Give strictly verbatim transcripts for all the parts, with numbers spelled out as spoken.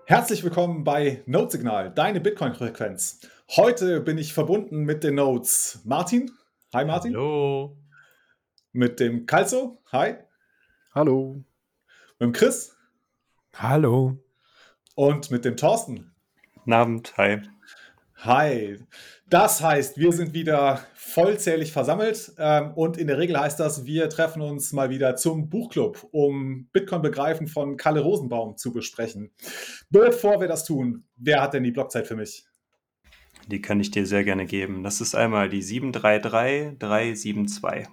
Herzlich willkommen bei Node-Signal, deine Bitcoin-Frequenz. Heute bin ich verbunden mit den Nodes Martin. Hi Martin. Hallo. Mit dem Calzo. Hi. Hallo. Mit dem Chris. Hallo. Und mit dem Thorsten. Guten Abend. Hi. Hi. Das heißt, wir sind wieder vollzählig versammelt ähm, und in der Regel heißt das, wir treffen uns mal wieder zum Buchclub, um Bitcoin begreifen von Kalle Rosenbaum zu besprechen. Bevor wir das tun, wer hat denn die Blockzeit für mich? Die kann ich dir sehr gerne geben. Das ist einmal die sieben drei drei drei sieben zwei.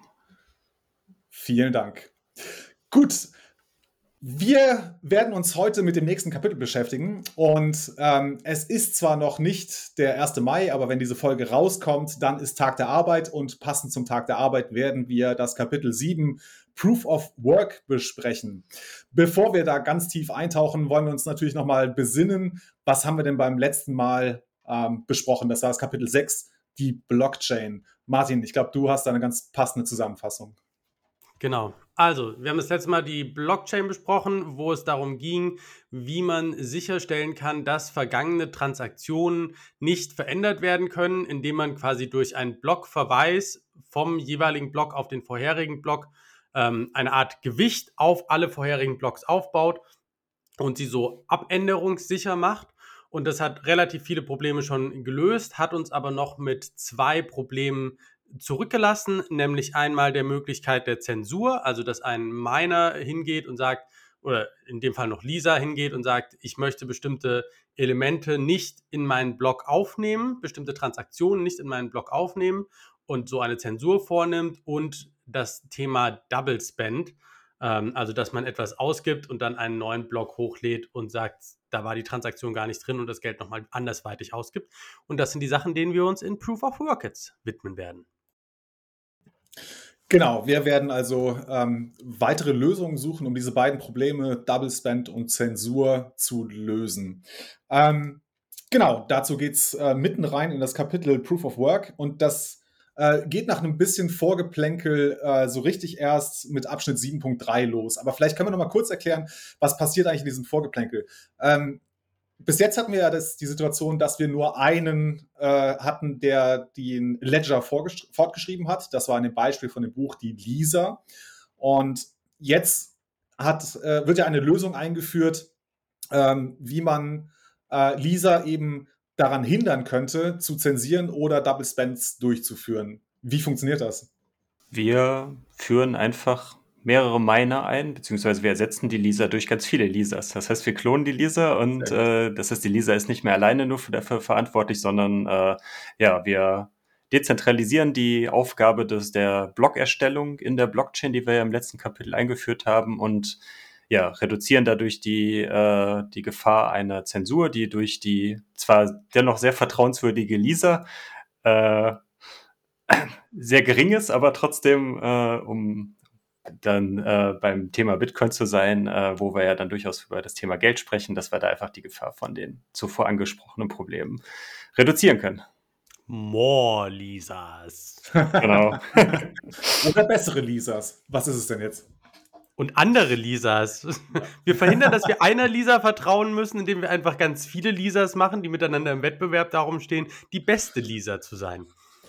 Vielen Dank. Gut. Wir werden uns heute mit dem nächsten Kapitel beschäftigen und ähm, es ist zwar noch nicht der erste Mai, aber wenn diese Folge rauskommt, dann ist Tag der Arbeit und passend zum Tag der Arbeit werden wir das Kapitel sieben Proof of Work besprechen. Bevor wir da ganz tief eintauchen, wollen wir uns natürlich nochmal besinnen, was haben wir denn beim letzten Mal ähm, besprochen? Das war das Kapitel sechs, die Blockchain. Martin, ich glaube, du hast da eine ganz passende Zusammenfassung. Genau. Also, wir haben das letzte Mal die Blockchain besprochen, wo es darum ging, wie man sicherstellen kann, dass vergangene Transaktionen nicht verändert werden können, indem man quasi durch einen Blockverweis vom jeweiligen Block auf den vorherigen Block ähm, eine Art Gewicht auf alle vorherigen Blocks aufbaut und sie so abänderungssicher macht. Und das hat relativ viele Probleme schon gelöst, hat uns aber noch mit zwei Problemen zurückgelassen, nämlich einmal der Möglichkeit der Zensur, also dass ein Miner hingeht und sagt, oder in dem Fall noch Lisa hingeht und sagt, ich möchte bestimmte Elemente nicht in meinen Block aufnehmen, bestimmte Transaktionen nicht in meinen Block aufnehmen und so eine Zensur vornimmt, und das Thema Double Spend, ähm, also dass man etwas ausgibt und dann einen neuen Block hochlädt und sagt, da war die Transaktion gar nicht drin und das Geld nochmal andersweitig ausgibt. Und das sind die Sachen, denen wir uns in Proof of Work jetzt widmen werden. Genau, wir werden also ähm, weitere Lösungen suchen, um diese beiden Probleme, Double Spend und Zensur, zu lösen. Ähm, genau, dazu geht es äh, mitten rein in das Kapitel Proof of Work und das äh, geht nach einem bisschen Vorgeplänkel äh, so richtig erst mit Abschnitt sieben Punkt drei los. Aber vielleicht können wir noch mal kurz erklären, was passiert eigentlich in diesem Vorgeplänkel. Ähm, Bis jetzt hatten wir ja das, die Situation, dass wir nur einen äh, hatten, der den Ledger fortgeschrieben hat. Das war in dem Beispiel von dem Buch die Lisa. Und jetzt hat, äh, wird ja eine Lösung eingeführt, ähm, wie man äh, Lisa eben daran hindern könnte, zu zensieren oder Double Spends durchzuführen. Wie funktioniert das? Wir führen einfach mehrere Miner ein, beziehungsweise wir ersetzen die Lisa durch ganz viele Lisas. Das heißt, wir klonen die Lisa und äh, das heißt, die Lisa ist nicht mehr alleine nur dafür verantwortlich, sondern äh, ja, wir dezentralisieren die Aufgabe des, der Blockerstellung in der Blockchain, die wir ja im letzten Kapitel eingeführt haben, und ja, reduzieren dadurch die, äh, die Gefahr einer Zensur, die durch die zwar dennoch sehr vertrauenswürdige Lisa äh, sehr gering ist, aber trotzdem, äh, um dann äh, beim Thema Bitcoin zu sein, äh, wo wir ja dann durchaus über das Thema Geld sprechen, dass wir da einfach die Gefahr von den zuvor angesprochenen Problemen reduzieren können. More Lisas. Genau. Oder bessere Lisas. Was ist es denn jetzt? Und andere Lisas. Wir verhindern, dass wir einer Lisa vertrauen müssen, indem wir einfach ganz viele Lisas machen, die miteinander im Wettbewerb darum stehen, die beste Lisa zu sein.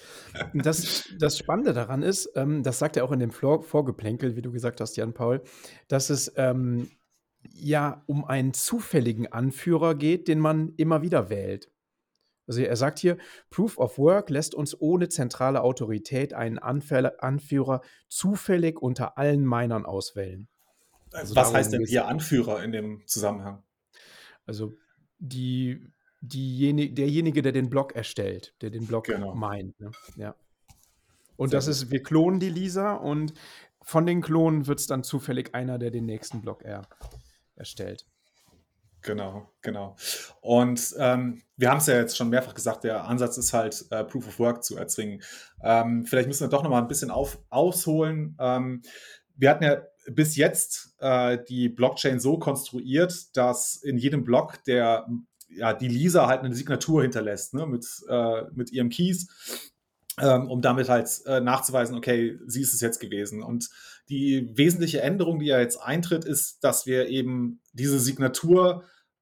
Das, das Spannende daran ist, ähm, das sagt er auch in dem Vor Vorgeplänkel, wie du gesagt hast, Jan-Paul, dass es ähm, ja um einen zufälligen Anführer geht, den man immer wieder wählt. Also er sagt hier, Proof of Work lässt uns ohne zentrale Autorität einen Anfäller, Anführer zufällig unter allen Minern auswählen. Also was heißt denn hier Anführer in dem Zusammenhang? Also die, diejenige, derjenige, der den Block erstellt, der den Block genau. meint. Ne? Ja. Und Sehr das gut. ist, wir klonen die Lisa und von den Klonen wird es dann zufällig einer, der den nächsten Block er, erstellt. Genau, genau. Und ähm, wir haben es ja jetzt schon mehrfach gesagt, der Ansatz ist halt, äh, Proof of Work zu erzwingen. Ähm, vielleicht müssen wir doch noch mal ein bisschen auf, ausholen. Ähm, wir hatten ja bis jetzt äh, die Blockchain so konstruiert, dass in jedem Block der, ja, die Lisa halt eine Signatur hinterlässt, ne, mit, äh, mit ihrem Keys, ähm, um damit halt äh, nachzuweisen, okay, sie ist es jetzt gewesen. Und die wesentliche Änderung, die ja jetzt eintritt, ist, dass wir eben diese Signatur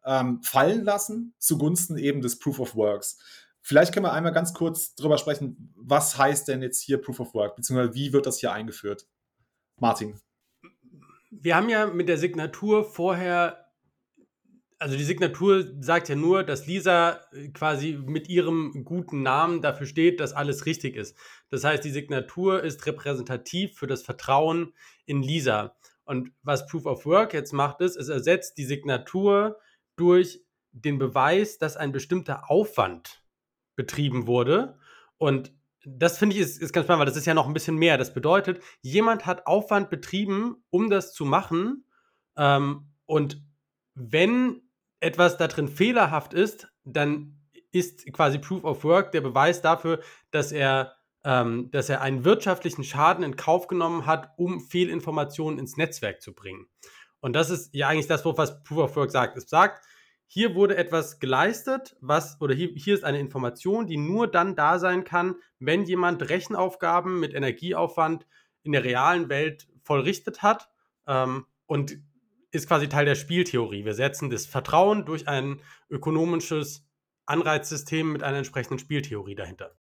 ähm, fallen lassen zugunsten eben des Proof of Works. Vielleicht können wir einmal ganz kurz drüber sprechen, was heißt denn jetzt hier Proof of Work, beziehungsweise wie wird das hier eingeführt? Martin. Wir haben ja mit der Signatur vorher, also die Signatur sagt ja nur, dass Lisa quasi mit ihrem guten Namen dafür steht, dass alles richtig ist. Das heißt, die Signatur ist repräsentativ für das Vertrauen in Lisa. Und was Proof of Work jetzt macht, ist, es ersetzt die Signatur durch den Beweis, dass ein bestimmter Aufwand betrieben wurde. Und das finde ich ist, ist ganz spannend, weil das ist ja noch ein bisschen mehr. Das bedeutet, jemand hat Aufwand betrieben, um das zu machen. Ähm, und wenn etwas da drin fehlerhaft ist, dann ist quasi Proof of Work der Beweis dafür, dass er, ähm, dass er einen wirtschaftlichen Schaden in Kauf genommen hat, um Fehlinformationen ins Netzwerk zu bringen. Und das ist ja eigentlich das, was Proof of Work sagt. Es sagt, hier wurde etwas geleistet, was, oder hier, hier ist eine Information, die nur dann da sein kann, wenn jemand Rechenaufgaben mit Energieaufwand in der realen Welt vollrichtet hat, ähm, und ist quasi Teil der Spieltheorie. Wir setzen das Vertrauen durch ein ökonomisches Anreizsystem mit einer entsprechenden Spieltheorie dahinter.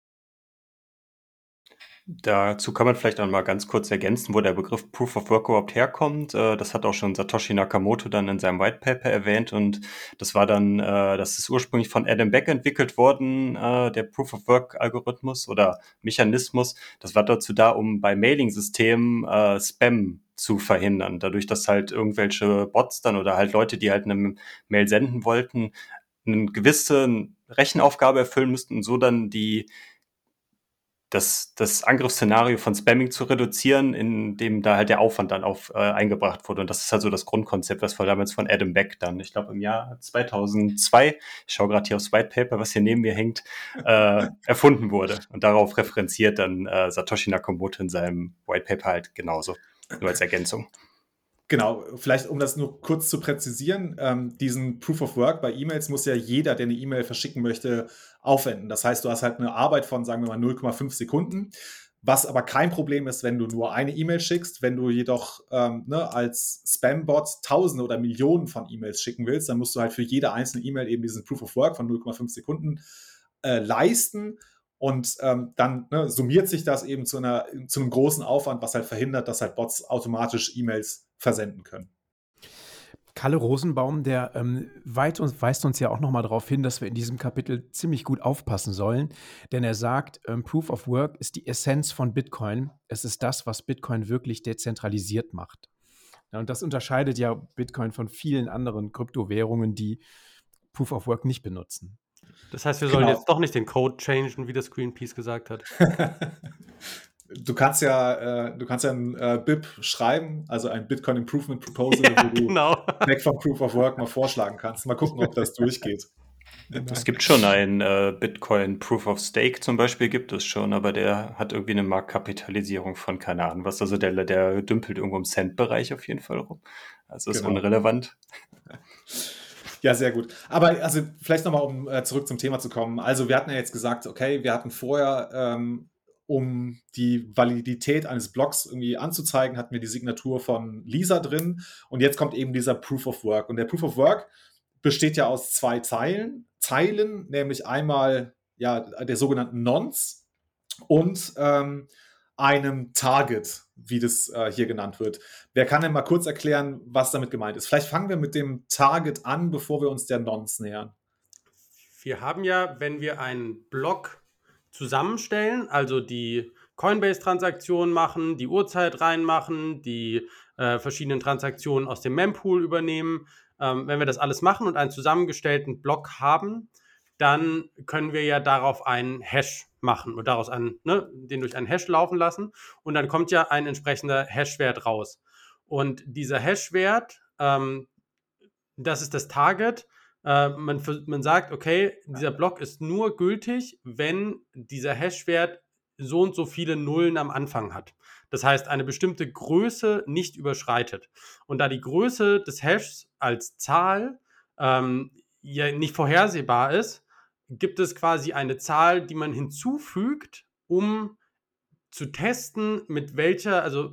Dazu kann man vielleicht auch mal ganz kurz ergänzen, wo der Begriff Proof of Work überhaupt herkommt. Äh, Das hat auch schon Satoshi Nakamoto dann in seinem White Paper erwähnt und das war dann, äh, das ist ursprünglich von Adam Back entwickelt worden, äh, der Proof of Work Algorithmus oder Mechanismus. Das war dazu da, um bei Mailing-Systemen äh, Spam zu verhindern. Dadurch, dass halt irgendwelche Bots dann oder halt Leute, die halt eine Mail senden wollten, eine gewisse Rechenaufgabe erfüllen müssten und so dann die das, das Angriffsszenario von Spamming zu reduzieren, indem da halt der Aufwand dann auf äh, eingebracht wurde. Und das ist halt so das Grundkonzept, was war damals von Adam Back dann, ich glaube im Jahr zweitausendzwei, ich schaue gerade hier aufs White Paper, was hier neben mir hängt, äh, erfunden wurde. Und darauf referenziert dann äh, Satoshi Nakamoto in seinem White Paper halt genauso, nur als Ergänzung. Genau, vielleicht um das nur kurz zu präzisieren, ähm, diesen Proof of Work bei E-Mails muss ja jeder, der eine E-Mail verschicken möchte, aufwenden. Das heißt, du hast halt eine Arbeit von, sagen wir mal, null Komma fünf Sekunden, was aber kein Problem ist, wenn du nur eine E-Mail schickst. Wenn du jedoch ähm, ne, als Spam-Bot Tausende oder Millionen von E-Mails schicken willst, dann musst du halt für jede einzelne E-Mail eben diesen Proof of Work von null Komma fünf Sekunden äh, leisten. Und ähm, dann ne, summiert sich das eben zu, einer, zu einem großen Aufwand, was halt verhindert, dass halt Bots automatisch E-Mails versenden können. Kalle Rosenbaum, der ähm, weit uns, weist uns ja auch nochmal darauf hin, dass wir in diesem Kapitel ziemlich gut aufpassen sollen, denn er sagt, ähm, Proof of Work ist die Essenz von Bitcoin. Es ist das, was Bitcoin wirklich dezentralisiert macht. Ja, und das unterscheidet ja Bitcoin von vielen anderen Kryptowährungen, die Proof of Work nicht benutzen. Das heißt, wir sollen Genau. jetzt doch nicht den Code changen, wie das Greenpeace gesagt hat. Du kannst ja, äh, du kannst ja ein äh, B I P schreiben, also ein Bitcoin Improvement Proposal, Ja, wo du genau. weg vom Proof of Work mal vorschlagen kannst. Mal gucken, ob das durchgeht. Es gibt schon ein äh, Bitcoin Proof of Stake zum Beispiel, gibt es schon, aber der hat irgendwie eine Marktkapitalisierung von keine Ahnung was. Also der, der dümpelt irgendwo im Cent-Bereich auf jeden Fall rum. Also ist Genau. unrelevant. Ja, sehr gut. Aber also vielleicht nochmal, um äh, zurück zum Thema zu kommen. Also wir hatten ja jetzt gesagt, okay, wir hatten vorher, ähm, um die Validität eines Blocks irgendwie anzuzeigen, hatten wir die Signatur von Lisa drin. Und jetzt kommt eben dieser Proof of Work. Und der Proof of Work besteht ja aus zwei Zeilen, Zeilen, nämlich einmal ja, der sogenannten Nonce und ähm, einem Target, wie das äh, hier genannt wird. Wer kann denn mal kurz erklären, was damit gemeint ist? Vielleicht fangen wir mit dem Target an, bevor wir uns der Nonce nähern. Wir haben ja, wenn wir einen Block zusammenstellen, also die Coinbase-Transaktionen machen, die Uhrzeit reinmachen, die äh, verschiedenen Transaktionen aus dem Mempool übernehmen, ähm, wenn wir das alles machen und einen zusammengestellten Block haben, dann können wir ja darauf einen Hash machen und daraus einen, ne, den durch einen Hash laufen lassen und dann kommt ja ein entsprechender Hashwert raus. Und dieser Hashwert, ähm, das ist das Target. Äh, man, man sagt, okay, dieser Block ist nur gültig, wenn dieser Hashwert so und so viele Nullen am Anfang hat. Das heißt, eine bestimmte Größe nicht überschreitet. Und da die Größe des Hashs als Zahl ähm, ja nicht vorhersehbar ist, gibt es quasi eine Zahl, die man hinzufügt, um zu testen, mit welcher, also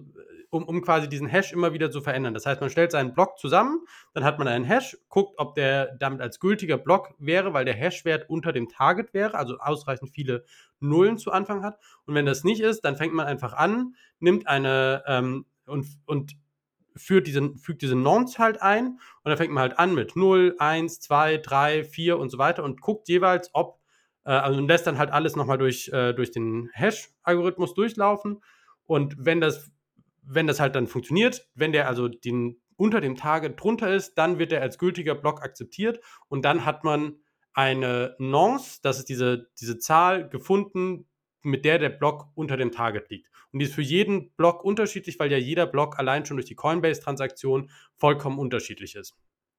um, um quasi diesen Hash immer wieder zu verändern. Das heißt, man stellt seinen Block zusammen, dann hat man einen Hash, guckt, ob der damit als gültiger Block wäre, weil der Hashwert unter dem Target wäre, also ausreichend viele Nullen zu Anfang hat. Und wenn das nicht ist, dann fängt man einfach an, nimmt eine ähm, und, und führt diese, fügt diese Nonce halt ein und dann fängt man halt an mit null, eins, zwei, drei, vier und so weiter und guckt jeweils, ob, äh, also und lässt dann halt alles nochmal durch, äh, durch den Hash-Algorithmus durchlaufen und wenn das, wenn das halt dann funktioniert, wenn der also den, unter dem Target drunter ist, dann wird er als gültiger Block akzeptiert und dann hat man eine Nonce, das ist diese, diese Zahl gefunden, mit der der Block unter dem Target liegt. Und die ist für jeden Block unterschiedlich, weil ja jeder Block allein schon durch die Coinbase-Transaktion vollkommen unterschiedlich ist.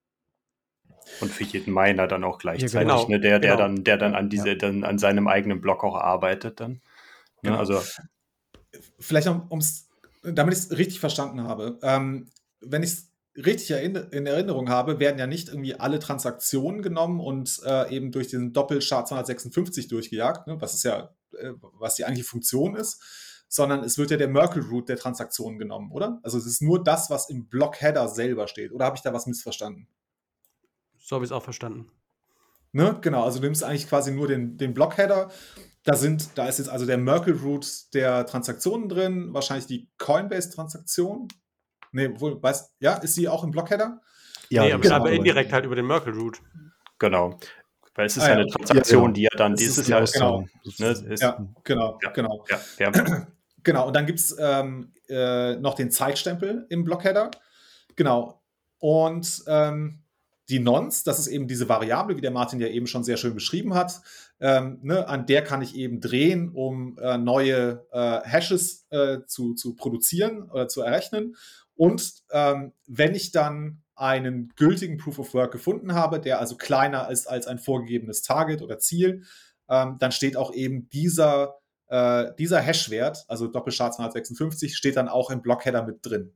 Und für jeden Miner dann auch gleichzeitig, Ja, genau, ne, der, der genau. dann, der dann an diese, Ja. dann an seinem eigenen Block auch arbeitet dann. Ne, Genau. also Vielleicht noch, um's, damit ich es richtig verstanden habe. Ähm, wenn ich es richtig erinn- in Erinnerung habe, werden ja nicht irgendwie alle Transaktionen genommen und äh, eben durch den Doppelchart zweihundertsechsundfünfzig durchgejagt, ne, was ist ja, äh, was die eigentliche Funktion ist, sondern es wird ja der Merkle-Root der Transaktionen genommen, oder? Also es ist nur das, was im Block-Header selber steht. Oder habe ich da was missverstanden? So habe ich es auch verstanden. Ne? Genau, also du nimmst eigentlich quasi nur den, den Block-Header. Da sind, da ist jetzt also der Merkle-Root der Transaktionen drin, wahrscheinlich die Coinbase-Transaktion. Nee, wohl, weiß, ja, ist sie auch im Block-Header? Ja, nee, die aber, ist aber dabei. indirekt halt über den Merkle-Root. genau. Weil es ist Ah, ja ja, eine okay. Transaktion, Ja, genau. die ja dann, Das die ist ist es die ja, Auszahlung, ne, sozusagen. ist, Ja, genau, ja, genau. ja, ja. Genau, und dann gibt es ähm, äh, noch den Zeitstempel im Block-Header. Genau. Und ähm, die Nonce, das ist eben diese Variable, wie der Martin ja eben schon sehr schön beschrieben hat, ähm, ne, an der kann ich eben drehen, um äh, neue äh, Hashes äh, zu, zu produzieren oder zu errechnen. Und ähm, wenn ich dann einen gültigen Proof of Work gefunden habe, der also kleiner ist als ein vorgegebenes Target oder Ziel, ähm, dann steht auch eben dieser Äh, dieser Hash-Wert, also Doppelchart zweihundertsechsundfünfzig, steht dann auch im Block-Header mit drin.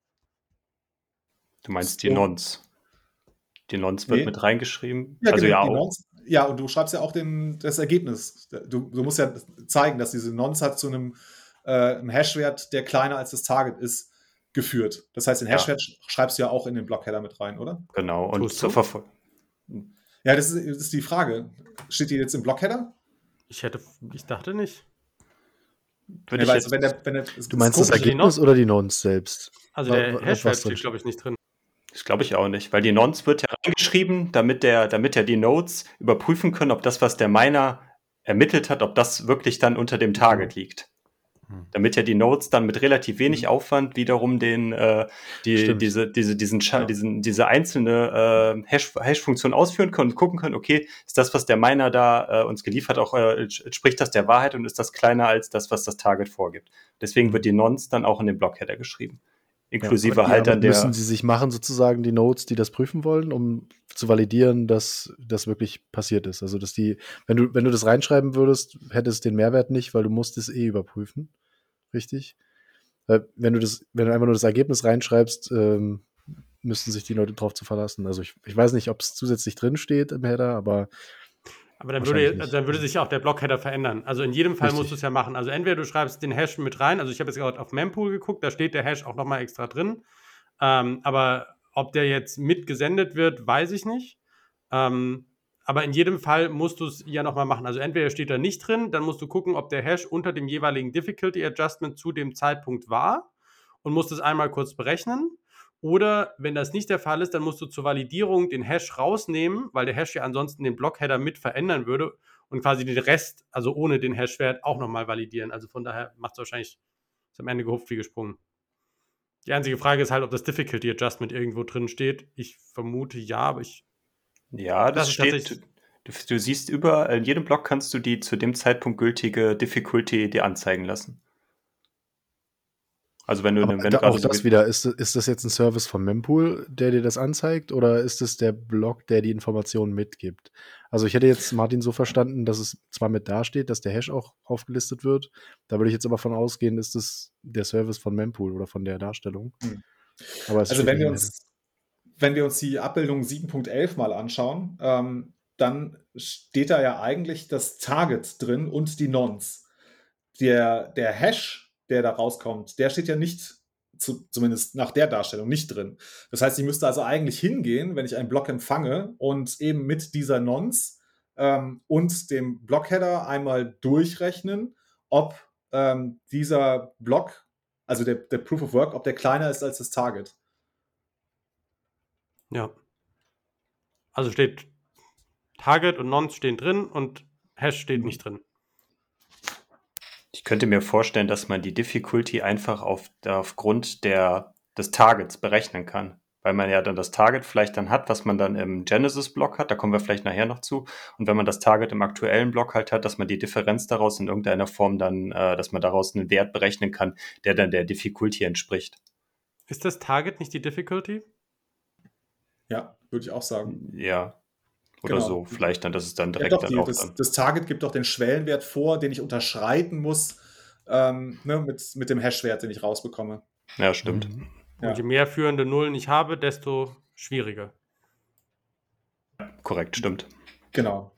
Du meinst die So. Nonce. Die Nonce wird Nee. mit reingeschrieben. Ja, also genau, ja die auch. Nonce. Ja, und du schreibst ja auch den, das Ergebnis. Du, du musst ja zeigen, dass diese Nonce hat zu einem, äh, einem Hash-Wert, der kleiner als das Target ist, geführt. Das heißt, den Ja. Hash-Wert sch- schreibst du ja auch in den Block-Header mit rein, oder? Genau. Und Tust zur du? Verfolgung. Ja, das ist, das ist die Frage. Steht die jetzt im Block-Header? Ich hätte, ich dachte nicht. Würde Ja, ich weil jetzt, wenn der, wenn der, es Du ist meinst das komisch. die Ergebnis Nonce- oder die Nonce selbst? Also Wa- der wa- Hashwert was steht, drin glaube ich, nicht drin. das glaube ich auch nicht, weil die Nonce wird ja reingeschrieben, damit der, damit ja die Nodes überprüfen können, ob das, was der Miner ermittelt hat, ob das wirklich dann unter dem Target liegt. Hm. Damit ja die Nodes dann mit relativ wenig Mhm. Aufwand wiederum den, äh, die, Stimmt. diese, diese, diesen, Scha- Ja. diesen, diese einzelne äh, Hash, Hash-Funktion ausführen können und gucken können, okay, ist das, was der Miner da äh, uns geliefert, auch äh, entspricht das der Wahrheit und ist das kleiner als das, was das Target vorgibt. Deswegen Mhm. wird die Nonce dann auch in den Blockheader geschrieben. Ja, Inklusive aber die halt Arbeit an der. müssen sie sich machen, sozusagen, die Nodes, die das prüfen wollen, um zu validieren, dass das wirklich passiert ist. Also, dass die, wenn du, wenn du das reinschreiben würdest, hätte es den Mehrwert nicht, weil du musst es eh überprüfen. Richtig? Weil wenn du das, wenn du einfach nur das Ergebnis reinschreibst, ähm, müssten sich die Leute drauf zu verlassen. Also ich, ich weiß nicht, ob es zusätzlich drin steht im Header, aber Aber dann Wahrscheinlich würde, nicht. also dann würde sich auch der Blockheader verändern. Also in jedem Fall Richtig. musst du es ja machen. Also entweder du schreibst den Hash mit rein, also ich habe jetzt gerade auf Mempool geguckt, da steht der Hash auch nochmal extra drin. Ähm, aber ob der jetzt mitgesendet wird, weiß ich nicht. Ähm, aber in jedem Fall musst du es ja nochmal machen. Also entweder steht da nicht drin, dann musst du gucken, ob der Hash unter dem jeweiligen Difficulty Adjustment zu dem Zeitpunkt war und musst es einmal kurz berechnen. Oder wenn das nicht der Fall ist, dann musst du zur Validierung den Hash rausnehmen, weil der Hash ja ansonsten den Blockheader mit verändern würde und quasi den Rest, also ohne den Hashwert, auch nochmal validieren. Also von daher macht es wahrscheinlich, ist am Ende gehupft wie gesprungen. Die einzige Frage ist halt, ob das Difficulty Adjustment irgendwo drin steht. Ich vermute ja, aber ich. Ja, das, Das ist steht. tatsächlich- Du, du siehst über, in jedem Block kannst du die zu dem Zeitpunkt gültige Difficulty dir anzeigen lassen. Also wenn du, Aber wenn da, du gerade auch so das wie- wieder, ist, ist das jetzt ein Service von Mempool, der dir das anzeigt, oder ist es der Blog, der die Informationen mitgibt? Also ich hätte jetzt Martin so verstanden, dass es zwar mit dasteht, dass der Hash auch aufgelistet wird, da würde ich jetzt aber von ausgehen, ist das der Service von Mempool oder von der Darstellung. Hm. Aber es Also steht wenn nicht wir im uns, wenn wir uns die Abbildung sieben Punkt elf mal anschauen, ähm, dann steht da ja eigentlich das Target drin und die Nonce. Der, der Hash, der da rauskommt, der steht ja nicht zu, zumindest nach der Darstellung nicht drin. Das heißt, ich müsste also eigentlich hingehen, wenn ich einen Block empfange und eben mit dieser Nonce ähm, und dem Blockheader einmal durchrechnen, ob ähm, dieser Block, also der, der Proof of Work, ob der kleiner ist als das Target. Ja. Also steht Target und Nonce stehen drin und Hash steht Mhm. nicht drin. Ich könnte mir vorstellen, dass man die Difficulty einfach auf, aufgrund der, des Targets berechnen kann. Weil man ja dann das Target vielleicht dann hat, was man dann im Genesis-Block hat, da kommen wir vielleicht nachher noch zu. Und wenn man das Target im aktuellen Block halt hat, dass man die Differenz daraus in irgendeiner Form dann, äh, dass man daraus einen Wert berechnen kann, der dann der Difficulty entspricht. Ist das Target nicht die Difficulty? Ja, würde ich auch sagen. Ja. Oder Genau. so, vielleicht dann, dass es dann Ja, direkt doch, dann die, auch das, dann. das Target gibt doch den Schwellenwert vor, den ich unterschreiten muss ähm, ne, mit, mit dem Hashwert, den ich rausbekomme. Ja, stimmt. Mhm. Ja. Und je mehr führende Nullen ich habe, desto schwieriger. Korrekt, stimmt. Genau.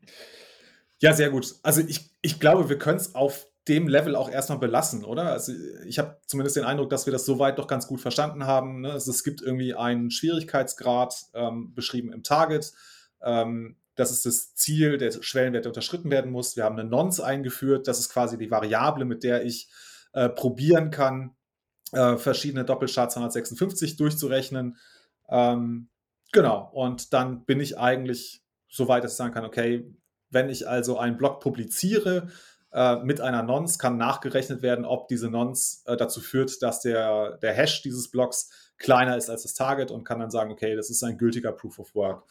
Ja, sehr gut. Also ich, ich glaube, wir können es auf dem Level auch erstmal belassen, oder? Also ich habe zumindest den Eindruck, dass wir das soweit doch ganz gut verstanden haben. Ne? Also es gibt irgendwie einen Schwierigkeitsgrad ähm, beschrieben im Target. Ähm, das ist das Ziel, der Schwellenwert, der unterschritten werden muss. Wir haben eine Nonce eingeführt. Das ist quasi die Variable, mit der ich äh, probieren kann, äh, verschiedene Doppelchar zweihundertsechsundfünfzig durchzurechnen. Ähm, genau. Und dann bin ich eigentlich so weit, dass ich sagen kann, okay, wenn ich also einen Block publiziere äh, mit einer Nonce, kann nachgerechnet werden, ob diese Nonce äh, dazu führt, dass der, der Hash dieses Blocks kleiner ist als das Target und kann dann sagen, okay, das ist ein gültiger Proof of Work.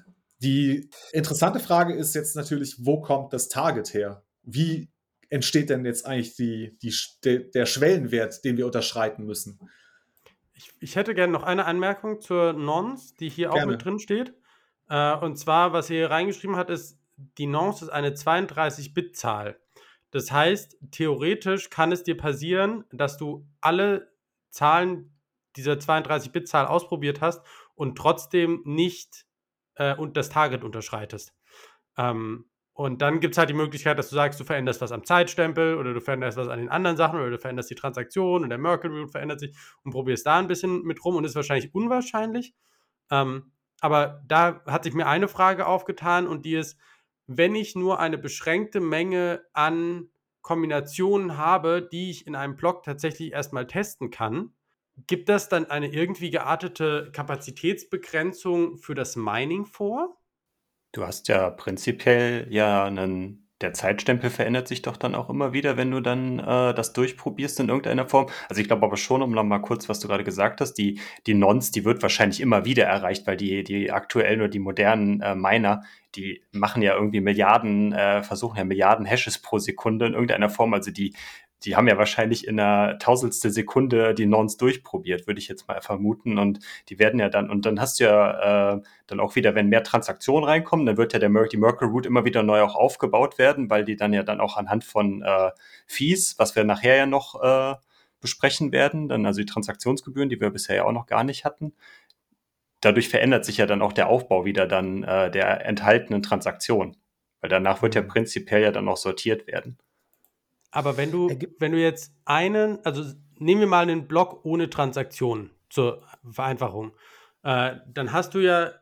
Die interessante Frage ist jetzt natürlich, wo kommt das Target her? Wie entsteht denn jetzt eigentlich die, die, de, der Schwellenwert, den wir unterschreiten müssen? Ich, ich hätte gerne noch eine Anmerkung zur Nonce, die hier Gerne. auch mit drin steht. Äh, und zwar, was ihr hier reingeschrieben hat, ist, die Nonce ist eine zweiunddreißig-Bit-Zahl. Das heißt, theoretisch kann es dir passieren, dass du alle Zahlen dieser zweiunddreißig-Bit-Zahl ausprobiert hast und trotzdem nicht äh, und das Target unterschreitest. Ähm, und dann gibt es halt die Möglichkeit, dass du sagst, du veränderst was am Zeitstempel oder du veränderst was an den anderen Sachen oder du veränderst die Transaktion und der Merkle Root verändert sich und probierst da ein bisschen mit rum und ist wahrscheinlich unwahrscheinlich. Ähm, aber da hat sich mir eine Frage aufgetan und die ist, wenn ich nur eine beschränkte Menge an Kombinationen habe, die ich in einem Block tatsächlich erstmal testen kann, gibt das dann eine irgendwie geartete Kapazitätsbegrenzung für das Mining vor? Du hast ja prinzipiell ja einen, der Zeitstempel verändert sich doch dann auch immer wieder, wenn du dann äh, das durchprobierst in irgendeiner Form. Also ich glaube aber schon, um noch mal kurz, was du gerade gesagt hast, die, die Nonce, die wird wahrscheinlich immer wieder erreicht, weil die, die aktuellen oder die modernen äh, Miner, die machen ja irgendwie Milliarden, äh, versuchen ja Milliarden Hashes pro Sekunde in irgendeiner Form. Also die, die haben ja wahrscheinlich in einer tausendstel Sekunde die Nonce durchprobiert, würde ich jetzt mal vermuten. Und die werden ja dann, und dann hast du ja äh, dann auch wieder, wenn mehr Transaktionen reinkommen, dann wird ja der Mer die Merkle Root immer wieder neu auch aufgebaut werden, weil die dann ja dann auch anhand von äh, Fees, was wir nachher ja noch äh, besprechen werden, dann also die Transaktionsgebühren, die wir bisher ja auch noch gar nicht hatten. Dadurch verändert sich ja dann auch der Aufbau wieder dann äh, der enthaltenen Transaktion, weil danach wird ja prinzipiell ja dann auch sortiert werden. Aber wenn du, Ergibt- wenn du jetzt einen, also nehmen wir mal einen Block ohne Transaktionen zur Vereinfachung, äh, dann hast du ja,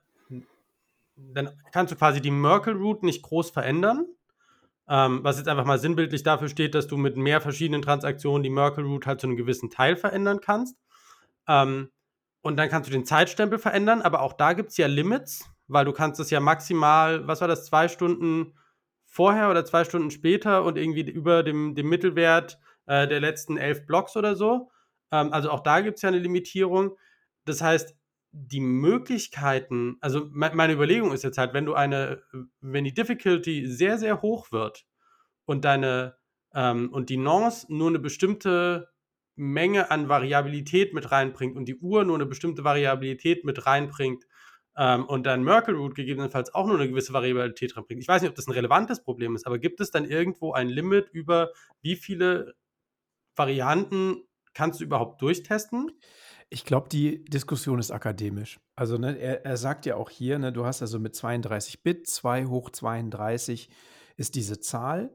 dann kannst du quasi die Merkle Root nicht groß verändern, ähm, was jetzt einfach mal sinnbildlich dafür steht, dass du mit mehr verschiedenen Transaktionen die Merkle Root halt zu einem gewissen Teil verändern kannst. Ähm, und dann kannst du den Zeitstempel verändern, aber auch da gibt es ja Limits, weil du kannst es ja maximal, was war das, zwei Stunden vorher oder zwei Stunden später und irgendwie über dem, dem Mittelwert äh, der letzten elf Blocks oder so. Ähm, also auch da gibt es ja eine Limitierung. Das heißt, die Möglichkeiten, also me meine Überlegung ist jetzt halt, wenn du eine, wenn die Difficulty sehr, sehr hoch wird und deine ähm, und die Nonce nur eine bestimmte Menge an Variabilität mit reinbringt und die Uhr nur eine bestimmte Variabilität mit reinbringt ähm, und dein Merkle Root gegebenenfalls auch nur eine gewisse Variabilität reinbringt. Ich weiß nicht, ob das ein relevantes Problem ist, aber gibt es dann irgendwo ein Limit über wie viele Varianten kannst du überhaupt durchtesten? Ich glaube, die Diskussion ist akademisch. Also, ne, er, er sagt ja auch hier, ne, du hast also mit zweiunddreißig Bit, zwei hoch zweiunddreißig ist diese Zahl.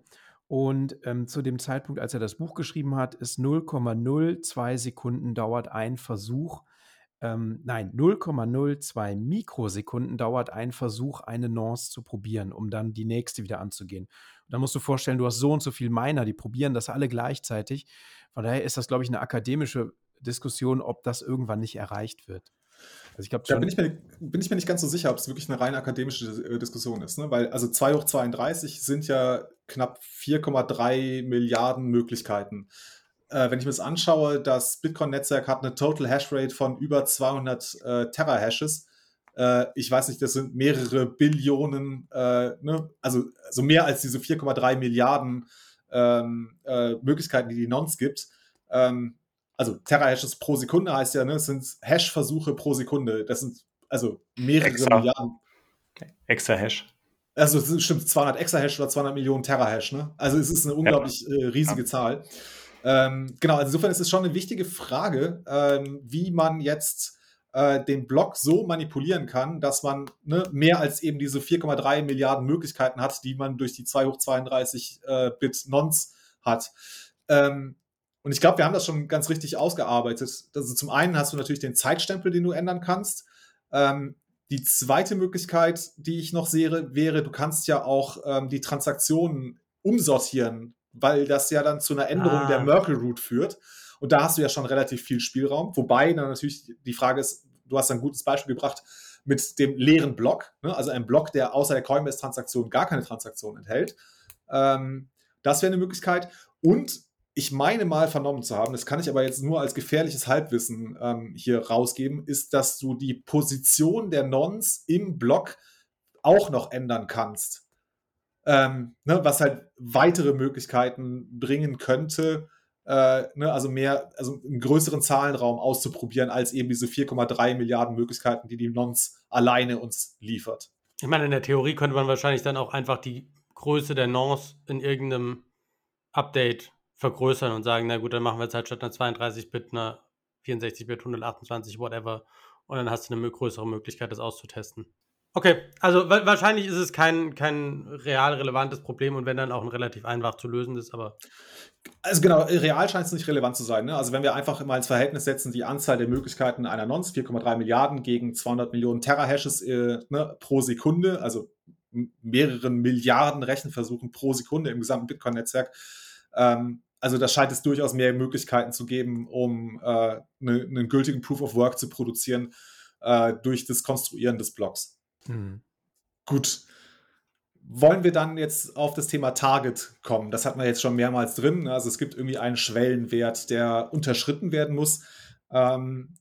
Und ähm, zu dem Zeitpunkt, als er das Buch geschrieben hat, ist null Komma null zwei Sekunden dauert ein Versuch, ähm, nein, null Komma null zwei Mikrosekunden dauert ein Versuch, eine Nonce zu probieren, um dann die nächste wieder anzugehen. Und dann musst du vorstellen, du hast so und so viele Miner, die probieren das alle gleichzeitig. Von daher ist das, glaube ich, eine akademische Diskussion, ob das irgendwann nicht erreicht wird. Also ich glaube Da schon. bin ich, mir, bin ich mir nicht ganz so sicher, ob es wirklich eine rein akademische äh, Diskussion ist. Ne? Weil also zwei hoch zweiunddreißig sind ja knapp vier Komma drei Milliarden Möglichkeiten. Äh, wenn ich mir das anschaue, das Bitcoin-Netzwerk hat eine Total Hashrate von über zweihundert äh, Terahashes. Äh, ich weiß nicht, das sind mehrere Billionen, äh, ne? also, also mehr als diese vier Komma drei Milliarden ähm, äh, Möglichkeiten, die die Nonce gibt. Ähm, also Terahashes pro Sekunde heißt ja, ne, es sind Hash-Versuche pro Sekunde. Das sind also mehrere Extra. Milliarden. Extra Hash. Also es sind stimmt zweihundert Exahash oder zweihundert Millionen Terahash. Ne? Also es ist eine unglaublich äh, riesige Ja. Zahl. Ähm, genau, also insofern ist es schon eine wichtige Frage, ähm, wie man jetzt äh, den Block so manipulieren kann, dass man ne, mehr als eben diese vier Komma drei Milliarden Möglichkeiten hat, die man durch die zwei hoch zweiunddreißig äh, Bit Nonce hat. Ähm, und ich glaube, wir haben das schon ganz richtig ausgearbeitet. Also zum einen hast du natürlich den Zeitstempel, den du ändern kannst. Ähm, die zweite Möglichkeit, die ich noch sehe, wäre, du kannst ja auch ähm, die Transaktionen umsortieren, weil das ja dann zu einer Änderung Ah. der Merkle Root führt. Und da hast du ja schon relativ viel Spielraum. Wobei dann natürlich die Frage ist, du hast ein gutes Beispiel gebracht mit dem leeren Block, ne? Also ein Block, der außer der Coinbase-Transaktion gar keine Transaktion enthält. Ähm, das wäre eine Möglichkeit. Und ich meine mal vernommen zu haben, das kann ich aber jetzt nur als gefährliches Halbwissen ähm, hier rausgeben, ist, dass du die Position der Nonce im Block auch noch ändern kannst. Ähm, ne, was halt weitere Möglichkeiten bringen könnte, äh, ne, also mehr, also einen größeren Zahlenraum auszuprobieren, als eben diese vier Komma drei Milliarden Möglichkeiten, die die Nonce alleine uns liefert. Ich meine, in der Theorie könnte man wahrscheinlich dann auch einfach die Größe der Nonce in irgendeinem Update vergrößern und sagen, na gut, dann machen wir jetzt halt statt einer zweiunddreißig Bit eine vierundsechzig Bit, hundertachtundzwanzig, whatever. Und dann hast du eine größere Möglichkeit, das auszutesten. Okay, also wa- wahrscheinlich ist es kein, kein real relevantes Problem und wenn dann auch ein relativ einfach zu lösendes, aber Also genau, real scheint es nicht relevant zu sein. Ne? Also wenn wir einfach mal ins Verhältnis setzen, die Anzahl der Möglichkeiten einer Nonce, vier Komma drei Milliarden gegen zweihundert Millionen Terahashes äh, ne, pro Sekunde, also m- mehreren Milliarden Rechenversuchen pro Sekunde im gesamten Bitcoin-Netzwerk. Ähm, also da scheint es durchaus mehr Möglichkeiten zu geben, um äh, ne, einen gültigen Proof of Work zu produzieren äh, durch das Konstruieren des Blocks. Mhm. Gut. Wollen wir dann jetzt auf das Thema Target kommen? Das hatten wir jetzt schon mehrmals drin. Also es gibt irgendwie einen Schwellenwert, der unterschritten werden muss. Ähm,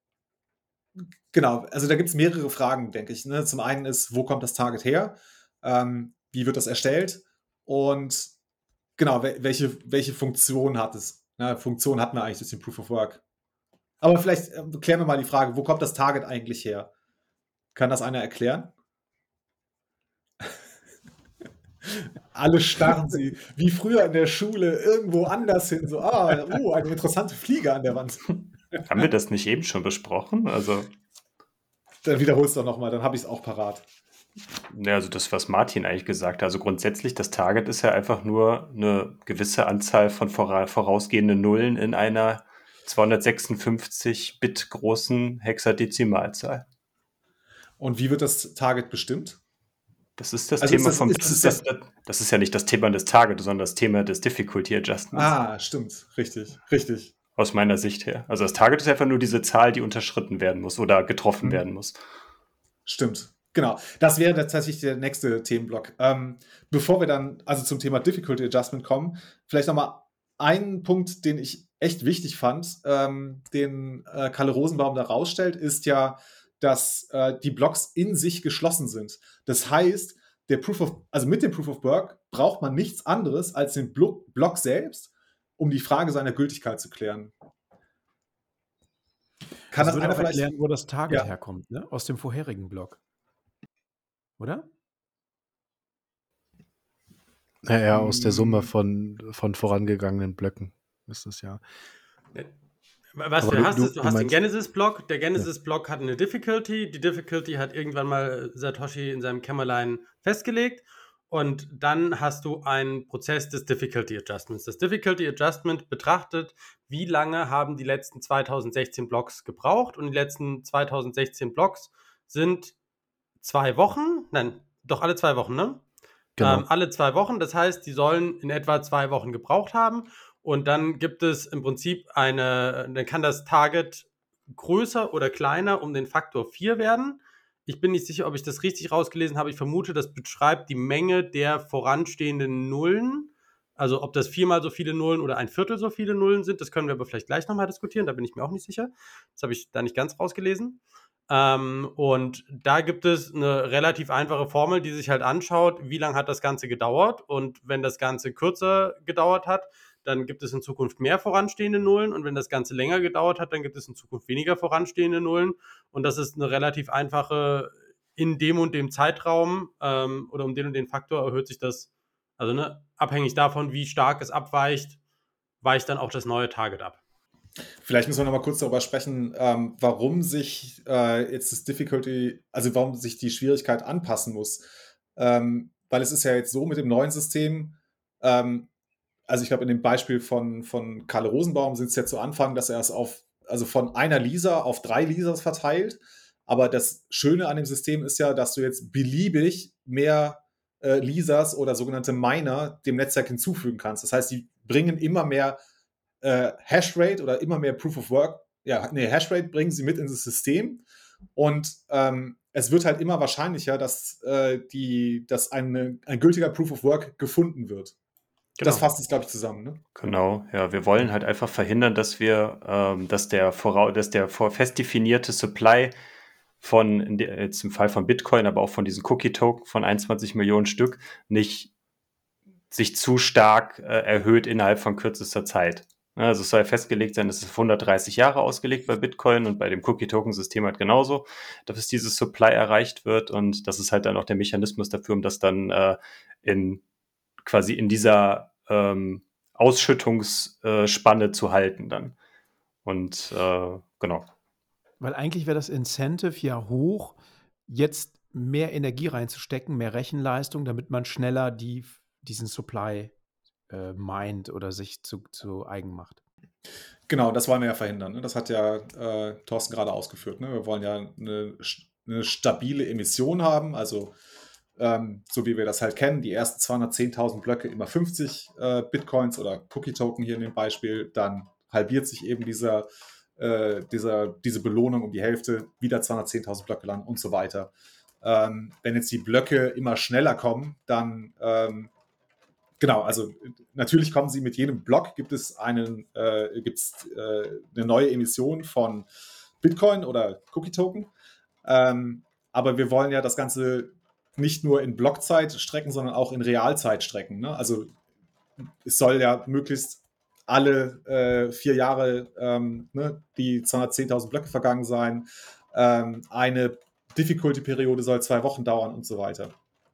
genau, also da gibt es mehrere Fragen, denke ich. Ne? Zum einen ist, wo kommt das Target her? Ähm, wie wird das erstellt? Und genau, wel- welche, welche Funktion hat es? Ne? Funktion hatten wir eigentlich durch den Proof of Work. Aber vielleicht äh, klären wir mal die Frage, wo kommt das Target eigentlich her? Kann das einer erklären? Alle starren sie, wie früher in der Schule, irgendwo anders hin. So, ah, oh, eine interessante Fliege an der Wand. Haben wir das nicht eben schon besprochen? Also, Dann wiederholst du doch nochmal, dann habe ich es auch parat. ja, also das, was Martin eigentlich gesagt hat. Also grundsätzlich, das Target ist ja einfach nur eine gewisse Anzahl von vora- vorausgehenden Nullen in einer zweihundertsechsundfünfzig Bit großen Hexadezimalzahl. Und wie wird das Target bestimmt? Das ist das Also Thema ist das- vom. ist Das das ist, das, das ist ja nicht das Thema des Targets, sondern das Thema des Difficulty Adjustments. Ah, stimmt, richtig, richtig. Aus meiner Sicht her. Also das Target ist einfach nur diese Zahl, die unterschritten werden muss oder getroffen Mhm. werden muss. Stimmt, genau. Das wäre tatsächlich der nächste Themenblock. Ähm, bevor wir dann also zum Thema Difficulty Adjustment kommen, vielleicht nochmal einen Punkt, den ich echt wichtig fand, ähm, den äh, Kalle Rosenbaum da rausstellt, ist ja, dass äh, die Blocks in sich geschlossen sind. Das heißt, der Proof of, also mit dem Proof of Work braucht man nichts anderes als den Blo- Block selbst, um die Frage seiner Gültigkeit zu klären. Kann Das das würde einer auch vielleicht... erklären, wo das Target Ja. herkommt, ne? Aus dem vorherigen Block. Oder? Ja, eher aus der Mm. Summe von, von vorangegangenen Blöcken ist es ja. was Aber du du- hast, du- ist, du du hast den meinst- Genesis-Block. Der Genesis-Block hat eine Difficulty. Die Difficulty hat irgendwann mal Satoshi in seinem Kämmerlein festgelegt. Und dann hast du einen Prozess des Difficulty Adjustments. Das Difficulty Adjustment betrachtet, wie lange haben die letzten zweitausendsechzehn Blocks gebraucht. Und die letzten zweitausendsechzehn Blocks sind zwei Wochen, nein, doch alle zwei Wochen, ne? Genau. Ähm, alle zwei Wochen, das heißt, die sollen in etwa zwei Wochen gebraucht haben. Und dann gibt es im Prinzip eine, dann kann das Target größer oder kleiner um den Faktor vier werden. Ich bin nicht sicher, ob ich das richtig rausgelesen habe. Ich vermute, das beschreibt die Menge der voranstehenden Nullen. Also ob das viermal so viele Nullen oder ein Viertel so viele Nullen sind, das können wir aber vielleicht gleich nochmal diskutieren. Da bin ich mir auch nicht sicher. Das habe ich da nicht ganz rausgelesen. Ähm, und da gibt es eine relativ einfache Formel, die sich halt anschaut, wie lange hat das Ganze gedauert. Und wenn das Ganze kürzer gedauert hat, dann gibt es in Zukunft mehr voranstehende Nullen. Und wenn das Ganze länger gedauert hat, dann gibt es in Zukunft weniger voranstehende Nullen. Und das ist eine relativ einfache, in dem und dem Zeitraum ähm, oder um den und den Faktor erhöht sich das, also ne, abhängig davon, wie stark es abweicht, weicht dann auch das neue Target ab. Vielleicht müssen wir noch mal kurz darüber sprechen, ähm, warum sich äh, jetzt das Difficulty, also warum sich die Schwierigkeit anpassen muss. Ähm, weil es ist ja jetzt so mit dem neuen System, ähm, also ich glaube in dem Beispiel von, von Karl Rosenbaum sind es ja zu Anfang, dass er es auf, also von einer Lisa auf drei Lisas verteilt. Aber das Schöne an dem System ist ja, dass du jetzt beliebig mehr äh, Lisas oder sogenannte Miner dem Netzwerk hinzufügen kannst. Das heißt, die bringen immer mehr äh, Hashrate oder immer mehr Proof of Work, ja, nee, Hashrate bringen sie mit in das System und ähm, es wird halt immer wahrscheinlicher, dass, äh, die, dass eine, ein gültiger Proof of Work gefunden wird. Genau. Das fasst es, glaube ich, zusammen, ne? Genau, ja, wir wollen halt einfach verhindern, dass wir, ähm, dass der vorau dass der vor fest definierte Supply von, in de, jetzt im Fall von Bitcoin, aber auch von diesen Cookie-Token von einundzwanzig Millionen Stück, nicht sich zu stark äh, erhöht innerhalb von kürzester Zeit. Ja, also es soll ja festgelegt sein, es ist auf hundertdreißig Jahre ausgelegt bei Bitcoin und bei dem Cookie-Token-System halt genauso, dass dieses Supply erreicht wird und das ist halt dann auch der Mechanismus dafür, um das dann äh, in quasi in dieser ähm, Ausschüttungsspanne zu halten dann. Und äh, genau. Weil eigentlich wäre das Incentive ja hoch, jetzt mehr Energie reinzustecken, mehr Rechenleistung, damit man schneller die, diesen Supply äh, meint oder sich zu, zu eigen macht. Genau, das wollen wir ja verhindern. Ne? Das hat ja äh, Thorsten gerade ausgeführt. Ne? Wir wollen ja eine, eine stabile Emission haben, also ähm, so wie wir das halt kennen, die ersten zweihundertzehntausend Blöcke immer fünfzig äh, Bitcoins oder Cookie-Token hier in dem Beispiel, dann halbiert sich eben dieser, äh, dieser, diese Belohnung um die Hälfte, wieder zweihundertzehntausend Blöcke lang und so weiter. Ähm, wenn jetzt die Blöcke immer schneller kommen, dann ähm, genau, also natürlich kommen sie mit jedem Block, gibt es, einen, äh, gibt's, äh, eine neue Emission von Bitcoin oder Cookie-Token. Ähm, aber wir wollen ja das Ganze nicht nur in Blockzeit strecken, sondern auch in Realzeit strecken. Ne? Also es soll ja möglichst alle äh, vier Jahre ähm, ne, die zweihundertzehntausend Blöcke vergangen sein. Ähm, eine Difficulty-Periode soll zwei Wochen dauern und so weiter.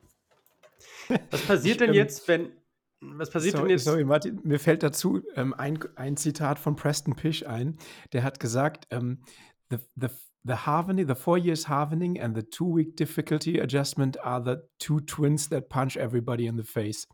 Was passiert Ich, denn ähm, jetzt, wenn. Was passiert denn Sorry, jetzt? sorry, Martin, mir fällt dazu ähm, ein, ein Zitat von Preston Pish ein. Der hat gesagt, ähm, the, the, the Harvening, the four years Harvening and the two-week difficulty adjustment are the two twins that punch everybody in the face.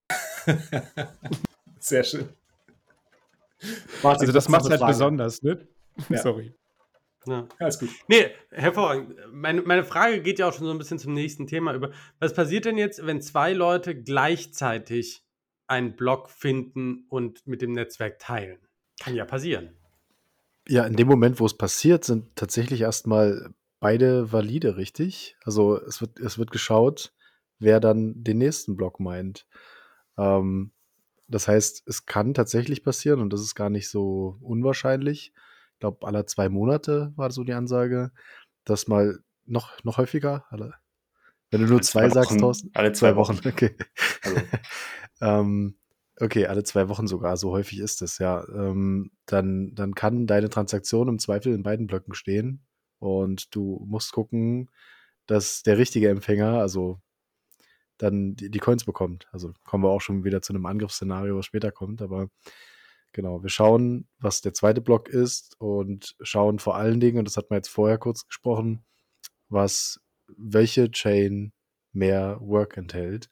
Sehr schön. Martin, Also das hast du noch macht eine halt Frage? besonders, ne? Ja. Sorry. Ja. Alles gut. Nee, hervorragend. Meine, meine Frage geht ja auch schon so ein bisschen zum nächsten Thema über. Was passiert denn jetzt, wenn zwei Leute gleichzeitig einen Block finden und mit dem Netzwerk teilen? Kann ja passieren. Ja, in dem Moment, wo es passiert, sind tatsächlich erstmal beide valide, richtig? Also es wird, es wird geschaut, wer dann den nächsten Block meint. Ähm, das heißt, es kann tatsächlich passieren und das ist gar nicht so unwahrscheinlich. Ich glaube, alle zwei Monate war so die Ansage, dass mal noch, noch häufiger, alle, wenn du nur Alle zwei zwei sagst, Wochen. Thorsten. Alle zwei Wochen. Okay. Also, ähm, okay, alle zwei Wochen sogar, so häufig ist es, ja. Ähm, dann, dann kann deine Transaktion im Zweifel in beiden Blöcken stehen und du musst gucken, dass der richtige Empfänger, also dann die, die Coins bekommt. Also kommen wir auch schon wieder zu einem Angriffsszenario, was später kommt, aber genau, wir schauen, was der zweite Block ist und schauen vor allen Dingen, und das hat man jetzt vorher kurz gesprochen, was welche Chain mehr Work enthält.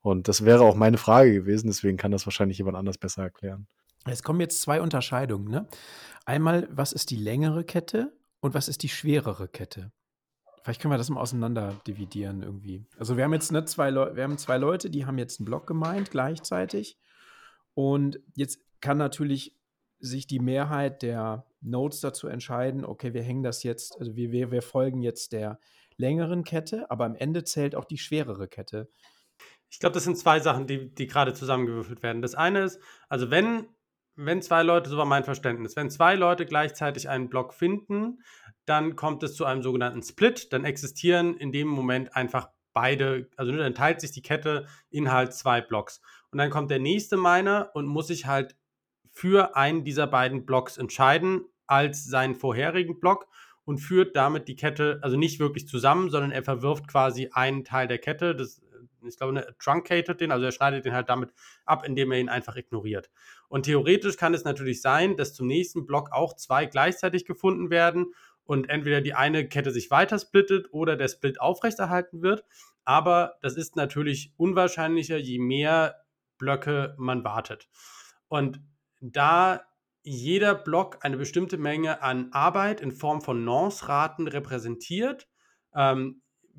Und das wäre auch meine Frage gewesen, deswegen kann das wahrscheinlich jemand anders besser erklären. Es kommen jetzt zwei Unterscheidungen. Ne? Einmal, was ist die längere Kette und was ist die schwerere Kette? Vielleicht können wir das mal auseinander dividieren irgendwie. Also wir haben jetzt ne, zwei, Leu- wir haben zwei Leute, die haben jetzt einen Block gemeint gleichzeitig. Und jetzt kann natürlich sich die Mehrheit der Nodes dazu entscheiden, okay, wir hängen das jetzt, also wir, wir, wir folgen jetzt der längeren Kette, aber am Ende zählt auch die schwerere Kette. Ich glaube, das sind zwei Sachen, die, die gerade zusammengewürfelt werden. Das eine ist, also wenn, wenn zwei Leute, so war mein Verständnis, wenn zwei Leute gleichzeitig einen Block finden, dann kommt es zu einem sogenannten Split, dann existieren in dem Moment einfach beide, also ne, dann teilt sich die Kette in halt zwei Blocks. Und dann kommt der nächste Miner und muss sich halt für einen dieser beiden Blocks entscheiden als seinen vorherigen Block und führt damit die Kette, also nicht wirklich zusammen, sondern er verwirft quasi einen Teil der Kette, das, ich glaube, er truncated den, also er schneidet den halt damit ab, indem er ihn einfach ignoriert. Und theoretisch kann es natürlich sein, dass zum nächsten Block auch zwei gleichzeitig gefunden werden und entweder die eine Kette sich weiter splittet oder der Split aufrechterhalten wird. Aber das ist natürlich unwahrscheinlicher, je mehr Blöcke man wartet. Und da jeder Block eine bestimmte Menge an Arbeit in Form von Nonce-Raten repräsentiert, ähm,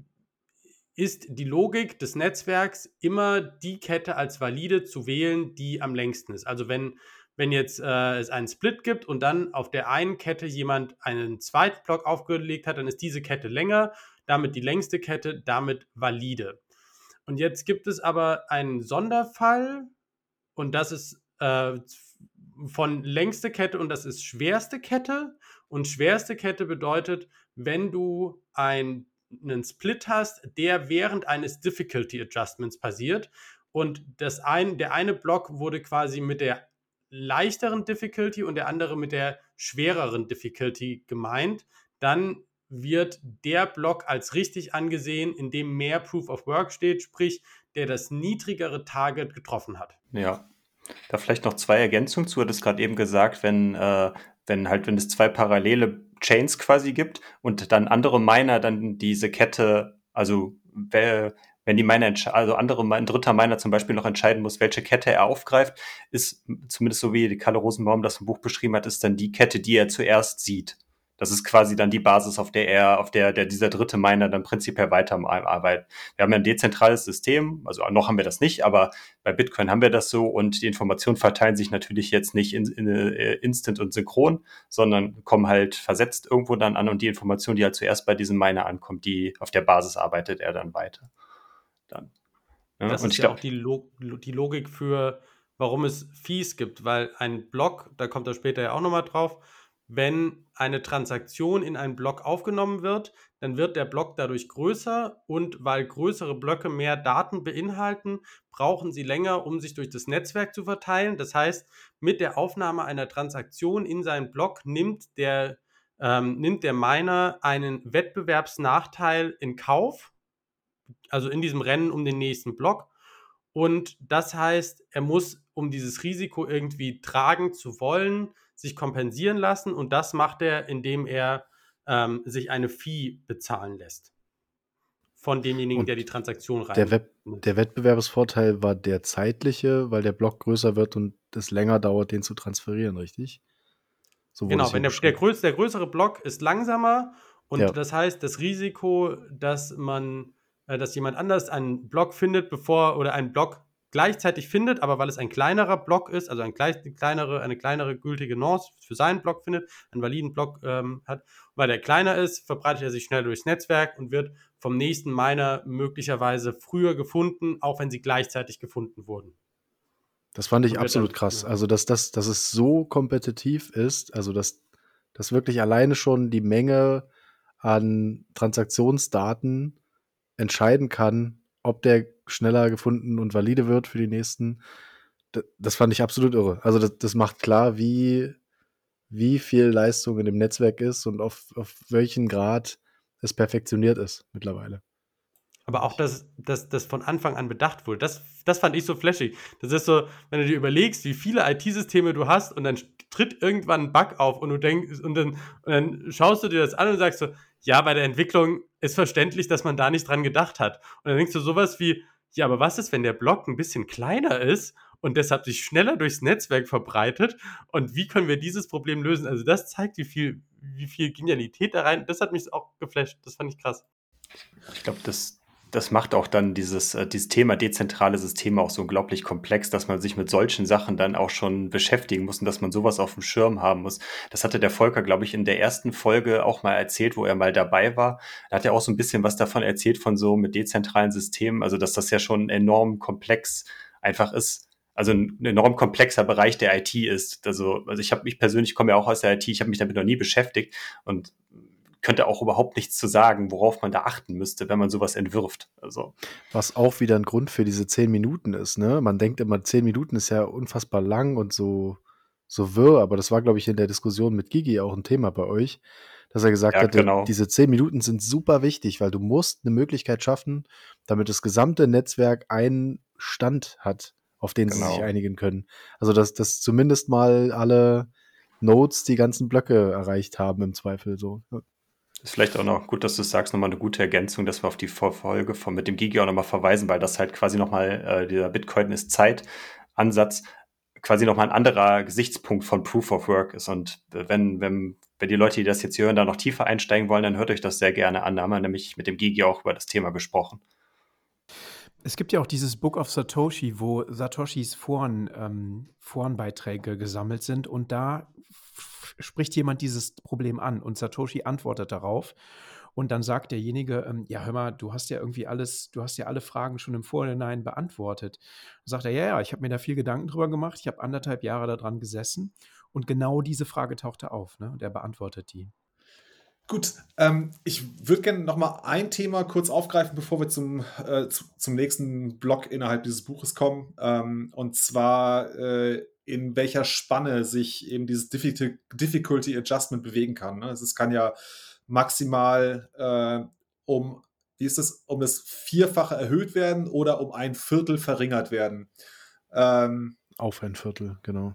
ist die Logik des Netzwerks immer die Kette als valide zu wählen, die am längsten ist. Also wenn, wenn jetzt äh, es einen Split gibt und dann auf der einen Kette jemand einen zweiten Block aufgelegt hat, dann ist diese Kette länger, damit die längste Kette, damit valide. Und jetzt gibt es aber einen Sonderfall und das ist äh, von längste Kette und das ist schwerste Kette. Und schwerste Kette bedeutet, wenn du ein einen Split hast, der während eines Difficulty Adjustments passiert und das ein, der eine Block wurde quasi mit der leichteren Difficulty und der andere mit der schwereren Difficulty gemeint, dann wird der Block als richtig angesehen, in dem mehr Proof of Work steht, sprich, der das niedrigere Target getroffen hat. Ja, da vielleicht noch zwei Ergänzungen zu. Du hattest gerade eben gesagt, wenn, äh, wenn halt, wenn es zwei parallele Chains quasi gibt und dann andere Miner dann diese Kette, also wenn die Miner, also andere, ein dritter Miner zum Beispiel noch entscheiden muss, welche Kette er aufgreift, ist zumindest so wie die Kalle Rosenbaum das im Buch beschrieben hat, ist dann die Kette, die er zuerst sieht. Das ist quasi dann die Basis, auf der er, auf der, der dieser dritte Miner dann prinzipiell weiterarbeitet. Wir haben ja ein dezentrales System, also noch haben wir das nicht, aber bei Bitcoin haben wir das so und die Informationen verteilen sich natürlich jetzt nicht in, in, in instant und synchron, sondern kommen halt versetzt irgendwo dann an und die Information, die halt zuerst bei diesem Miner ankommt, die auf der Basis arbeitet er dann weiter. Dann. Ja, das und ist ja glaub, auch die, Log- die Logik für, warum es Fees gibt, weil ein Block, da kommt er später ja auch nochmal drauf, wenn eine Transaktion in einen Block aufgenommen wird, dann wird der Block dadurch größer und weil größere Blöcke mehr Daten beinhalten, brauchen sie länger, um sich durch das Netzwerk zu verteilen. Das heißt, mit der Aufnahme einer Transaktion in seinen Block nimmt der, ähm, nimmt der Miner einen Wettbewerbsnachteil in Kauf, also in diesem Rennen um den nächsten Block. Und das heißt, er muss, um dieses Risiko irgendwie tragen zu wollen, sich kompensieren lassen und das macht er, indem er ähm, sich eine Fee bezahlen lässt von demjenigen, und der die Transaktion rein. Der, Web- der Wettbewerbsvorteil war der zeitliche, weil der Block größer wird und es länger dauert, den zu transferieren, richtig? So genau, wenn der, der, größ- der größere Block ist langsamer und ja. Das heißt, das Risiko, dass man, äh, dass jemand anders einen Block findet, bevor oder einen Block gleichzeitig findet, aber weil es ein kleinerer Block ist, also ein gleich, kleinere, eine kleinere gültige Nonce für seinen Block findet, einen validen Block ähm, hat, weil der kleiner ist, verbreitet er sich schnell durchs Netzwerk und wird vom nächsten Miner möglicherweise früher gefunden, auch wenn sie gleichzeitig gefunden wurden. Das fand ich absolut dann, krass. Ja. Also, dass, das, dass es so kompetitiv ist, also dass, dass wirklich alleine schon die Menge an Transaktionsdaten entscheiden kann, ob der schneller gefunden und valide wird für die nächsten. Das fand ich absolut irre. Also das, das macht klar, wie, wie viel Leistung in dem Netzwerk ist und auf, auf welchen Grad es perfektioniert ist mittlerweile. Aber auch, dass das von Anfang an bedacht wurde, das, das fand ich so flashig. Das ist so, wenn du dir überlegst, wie viele I T-Systeme du hast und dann tritt irgendwann ein Bug auf und du denkst, und dann, und dann schaust du dir das an und sagst so, ja, bei der Entwicklung ist verständlich, dass man da nicht dran gedacht hat. Und dann denkst du sowas wie, ja, aber was ist, wenn der Block ein bisschen kleiner ist und deshalb sich schneller durchs Netzwerk verbreitet? Und wie können wir dieses Problem lösen? Also das zeigt, wie viel, wie viel Genialität da rein. Das hat mich auch geflasht. Das fand ich krass. Ich glaube, das, das macht auch dann dieses, äh, dieses Thema dezentrale Systeme auch so unglaublich komplex, dass man sich mit solchen Sachen dann auch schon beschäftigen muss und dass man sowas auf dem Schirm haben muss. Das hatte der Volker, glaube ich, in der ersten Folge auch mal erzählt, wo er mal dabei war. Da hat er auch so ein bisschen was davon erzählt, von so mit dezentralen Systemen, also dass das ja schon enorm komplex einfach ist. Also ein enorm komplexer Bereich der I T ist. Also, also ich habe mich persönlich, ich komme ja auch aus der I T, ich habe mich damit noch nie beschäftigt und könnte auch überhaupt nichts zu sagen, worauf man da achten müsste, wenn man sowas entwirft. Also Was auch wieder ein Grund für diese zehn Minuten ist, ne? Man denkt immer, zehn Minuten ist ja unfassbar lang und so, so wirr, aber das war, glaube ich, in der Diskussion mit Gigi auch ein Thema bei euch, dass er gesagt Ja, hatte, genau. diese zehn Minuten sind super wichtig, weil du musst eine Möglichkeit schaffen, damit das gesamte Netzwerk einen Stand hat, auf den sie sich Genau. einigen können. Also, dass, dass zumindest mal alle Nodes die ganzen Blöcke erreicht haben, im Zweifel so. Ja. Ist vielleicht auch noch gut, dass du es sagst, nochmal eine gute Ergänzung, dass wir auf die Folge von mit dem Gigi auch nochmal verweisen, weil das halt quasi nochmal, äh, dieser Bitcoin ist Zeit-Ansatz quasi nochmal ein anderer Gesichtspunkt von Proof of Work ist. Und wenn, wenn, wenn die Leute, die das jetzt hier hören, da noch tiefer einsteigen wollen, dann hört euch das sehr gerne an. Da haben wir nämlich mit dem Gigi auch über das Thema gesprochen. Es gibt ja auch dieses Book of Satoshi, wo Satoshis Foren, ähm, Forenbeiträge gesammelt sind und da f- spricht jemand dieses Problem an und Satoshi antwortet darauf und dann sagt derjenige, ähm, ja hör mal, du hast ja irgendwie alles, du hast ja alle Fragen schon im Vorhinein beantwortet. Dann sagt er, ja, ja, ich habe mir da viel Gedanken drüber gemacht, ich habe anderthalb Jahre daran gesessen und genau diese Frage tauchte auf, ne? Und er beantwortet die. Gut, ähm, ich würde gerne noch mal ein Thema kurz aufgreifen, bevor wir zum, äh, zu, zum nächsten Block innerhalb dieses Buches kommen. Ähm, und zwar, äh, in welcher Spanne sich eben dieses Difficulty, Difficulty Adjustment bewegen kann. Ne? Also es kann ja maximal äh, um, wie ist das, um das Vierfache erhöht werden oder um ein Viertel verringert werden. Ähm, Auf ein Viertel, genau.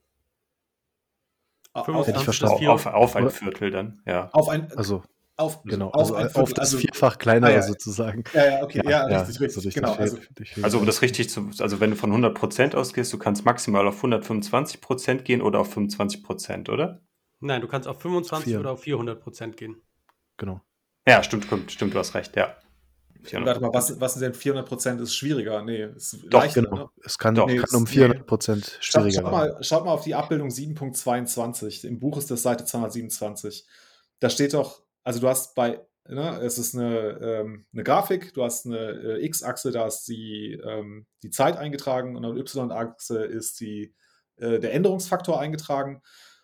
auf, Hätte ich fünfundzwanzig bis verstanden. vier. Auf, auf ein Oder? Viertel dann, ja. auf ein, Also, auf, genau. auf Also ein auf Viertel, das also, vierfach kleinere ah, ja. sozusagen. Ja, ja, okay, ja, Ja, richtig, also richtig, durch genau. die Also, Fehler- durch Fehler- Also um das richtig zu, also wenn du von hundert Prozent ausgehst, du kannst maximal auf hundertfünfundzwanzig Prozent gehen oder auf fünfundzwanzig Prozent, oder? Nein, du kannst auf fünfundzwanzig Vier. oder auf vierhundert Prozent gehen. Genau. Ja, stimmt, stimmt, stimmt, du hast recht, ja. warte mal, was, was sind denn vierhundert Prozent ist schwieriger? Nee, ist Doch, leichter, Genau. ne? Es kann, Doch. kann Nee, um es- vierhundert Prozent Schaut, schwieriger schaut, werden. mal, schaut mal auf die Abbildung sieben Punkt zweiundzwanzig. Im Buch ist das Seite zweihundertsiebenundzwanzig. Da steht doch, also du hast bei, ne, es ist eine, ähm, eine Grafik, du hast eine äh, X-Achse, da ist die, ähm, die Zeit eingetragen und auf der Y-Achse ist die, äh, der Änderungsfaktor eingetragen.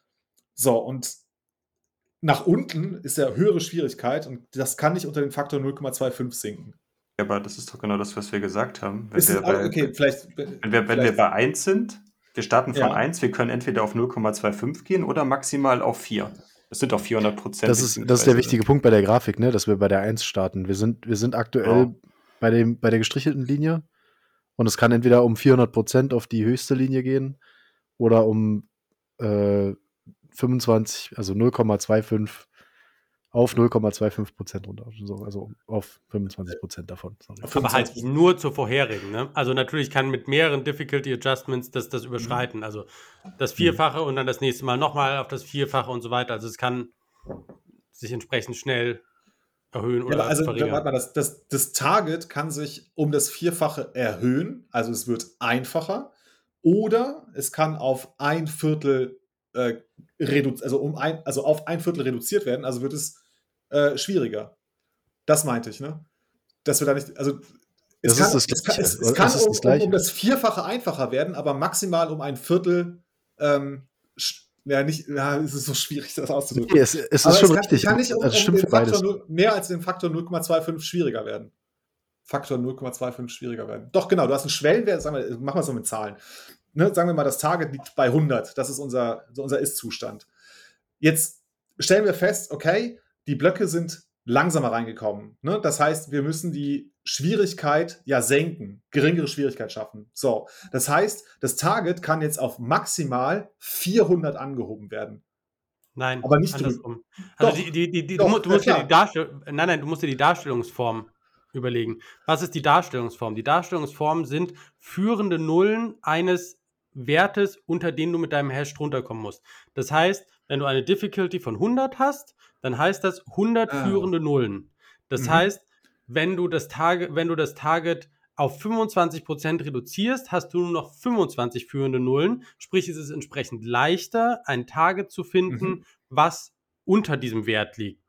So, und nach unten ist ja höhere Schwierigkeit und das kann nicht unter den Faktor null Komma fünfundzwanzig sinken. Ja, aber das ist doch genau das, was wir gesagt haben. Wenn Ist es, wir bei, okay, vielleicht. wenn wir, wenn wir vielleicht bei eins sind, wir starten von Ja. eins, wir können entweder auf null Komma fünfundzwanzig gehen oder maximal auf vier. Das sind auch vierhundert Prozent. Das ist, das ist der wichtige Punkt bei der Grafik, ne? Dass wir bei der eins starten. Wir sind, wir sind aktuell Genau. bei, dem, bei der gestrichelten Linie und es kann entweder um vierhundert Prozent auf die höchste Linie gehen oder um äh, fünfundzwanzig, also null Komma fünfundzwanzig auf null Komma fünfundzwanzig Prozent runter. So, also auf fünfundzwanzig Prozent davon. Sorry. Auf Aber halt fünfundzwanzig. nur zur vorherigen. Ne? Also natürlich kann mit mehreren Difficulty Adjustments das, das überschreiten. Also das Vierfache und dann das nächste Mal nochmal auf das Vierfache und so weiter. Also es kann sich entsprechend schnell erhöhen Ja, oder aber also, verringern. warte mal, das, das, das Target kann sich um das Vierfache erhöhen, also es wird einfacher, oder es kann auf ein Viertel äh, redu- also um ein, also auf ein Viertel reduziert werden, also wird es äh, schwieriger. Das meinte ich, ne? Dass wir da nicht, also es Das kann, ist das es kann, Gleiche. es, es kann Es ist um, das um, Gleiche. um das Vierfache einfacher werden, aber maximal um ein Viertel ähm, sch- ja, nicht, ja, es ist so schwierig, das auszudrücken. Nee, es, es Aber ist schon es kann, richtig. Es kann nicht um, das um stimmt den für beides. Faktor null, mehr als den Faktor null Komma fünfundzwanzig schwieriger werden. Faktor null Komma fünfundzwanzig schwieriger werden. Doch, genau, du hast einen Schwellenwert, sagen wir, machen wir es so mit Zahlen. Ne, sagen wir mal, das Target liegt bei hundert. Das ist unser, so unser Ist-Zustand. Jetzt stellen wir fest, okay, die Blöcke sind langsamer reingekommen. Ne? Das heißt, wir müssen die Schwierigkeit ja senken, geringere Schwierigkeit schaffen. So, das heißt, das Target kann jetzt auf maximal vierhundert angehoben werden. Nein, aber nicht andersrum. Also Doch, die, die, die, die, doch, du, mu- du ja, musst dir klar. die Darstellung, nein, nein, du musst dir die Darstellungsform überlegen. Was ist die Darstellungsform? Die Darstellungsformen sind führende Nullen eines Wertes, unter den du mit deinem Hash drunter kommen musst. Das heißt, wenn du eine Difficulty von hundert hast, dann heißt das hundert Ah. führende Nullen. Das Mhm. heißt, wenn du das Target, wenn du das Target auf fünfundzwanzig Prozent reduzierst, hast du nur noch fünfundzwanzig führende Nullen. Sprich, es ist entsprechend leichter, ein Target zu finden, Mhm. was unter diesem Wert liegt.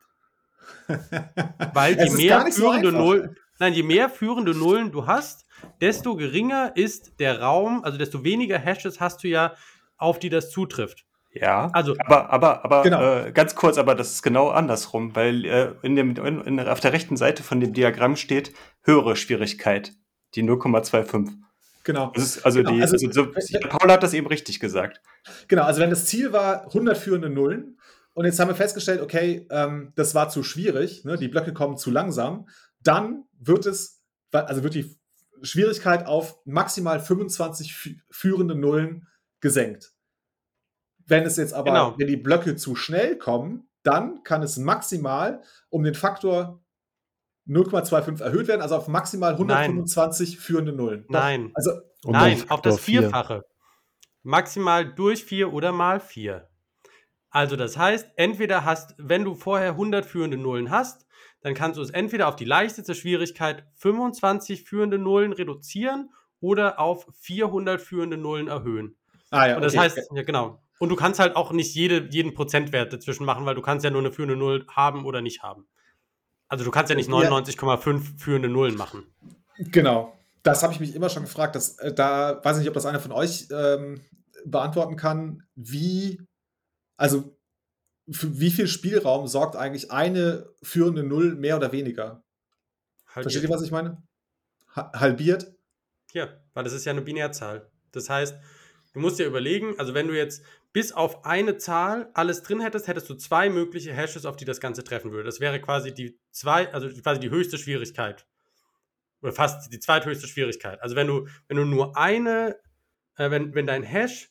Weil Es je ist mehr gar nicht so führende einfach. Nullen, nein, je mehr führende Nullen du hast, desto geringer ist der Raum, also desto weniger Hashes hast du ja, auf die das zutrifft. Ja, Also- aber, aber, aber Genau. äh, ganz kurz, aber das ist genau andersrum, weil äh, in dem, in, in, auf der rechten Seite von dem Diagramm steht höhere Schwierigkeit, die null Komma fünfundzwanzig. Genau. Das ist also Genau, die, also- also so, Paul hat das eben richtig gesagt. Genau, also wenn das Ziel war, hundert führende Nullen und jetzt haben wir festgestellt, okay, ähm, das war zu schwierig, ne, die Blöcke kommen zu langsam, dann wird es, also wird die Schwierigkeit auf maximal fünfundzwanzig fü- führende Nullen gesenkt. Wenn es jetzt aber, Genau. wenn die Blöcke zu schnell kommen, dann kann es maximal um den Faktor null Komma fünfundzwanzig erhöht werden, also auf maximal hundertfünfundzwanzig führende Nullen. Doch, Nein. also Um Nein, dann auf das Faktor vier. Vierfache. Maximal durch vier oder mal vier. Also das heißt, entweder hast, wenn du vorher hundert führende Nullen hast, dann kannst du es entweder auf die leichteste Schwierigkeit fünfundzwanzig führende Nullen reduzieren oder auf vierhundert führende Nullen erhöhen. ah ja, Und das okay. heißt, ja genau. Und du kannst halt auch nicht jede, jeden Prozentwert dazwischen machen, weil du kannst ja nur eine führende Null haben oder nicht haben. Also du kannst ja nicht Ja. neunundneunzig Komma fünf führende Nullen machen. Genau. Das habe ich mich immer schon gefragt. Dass, äh, da weiß ich nicht, ob das einer von euch ähm, beantworten kann. Wie, also für wie viel Spielraum sorgt eigentlich eine führende Null mehr oder weniger? Versteht ihr, was ich meine? Ha halbiert? Ja, weil das ist ja eine Binärzahl. Das heißt, du musst dir überlegen, also wenn du jetzt bis auf eine Zahl alles drin hättest, hättest du zwei mögliche Hashes, auf die das Ganze treffen würde. Das wäre quasi die zwei, also quasi die höchste Schwierigkeit. Oder fast die zweithöchste Schwierigkeit. Also wenn du, wenn du nur eine, äh, wenn, wenn dein Hash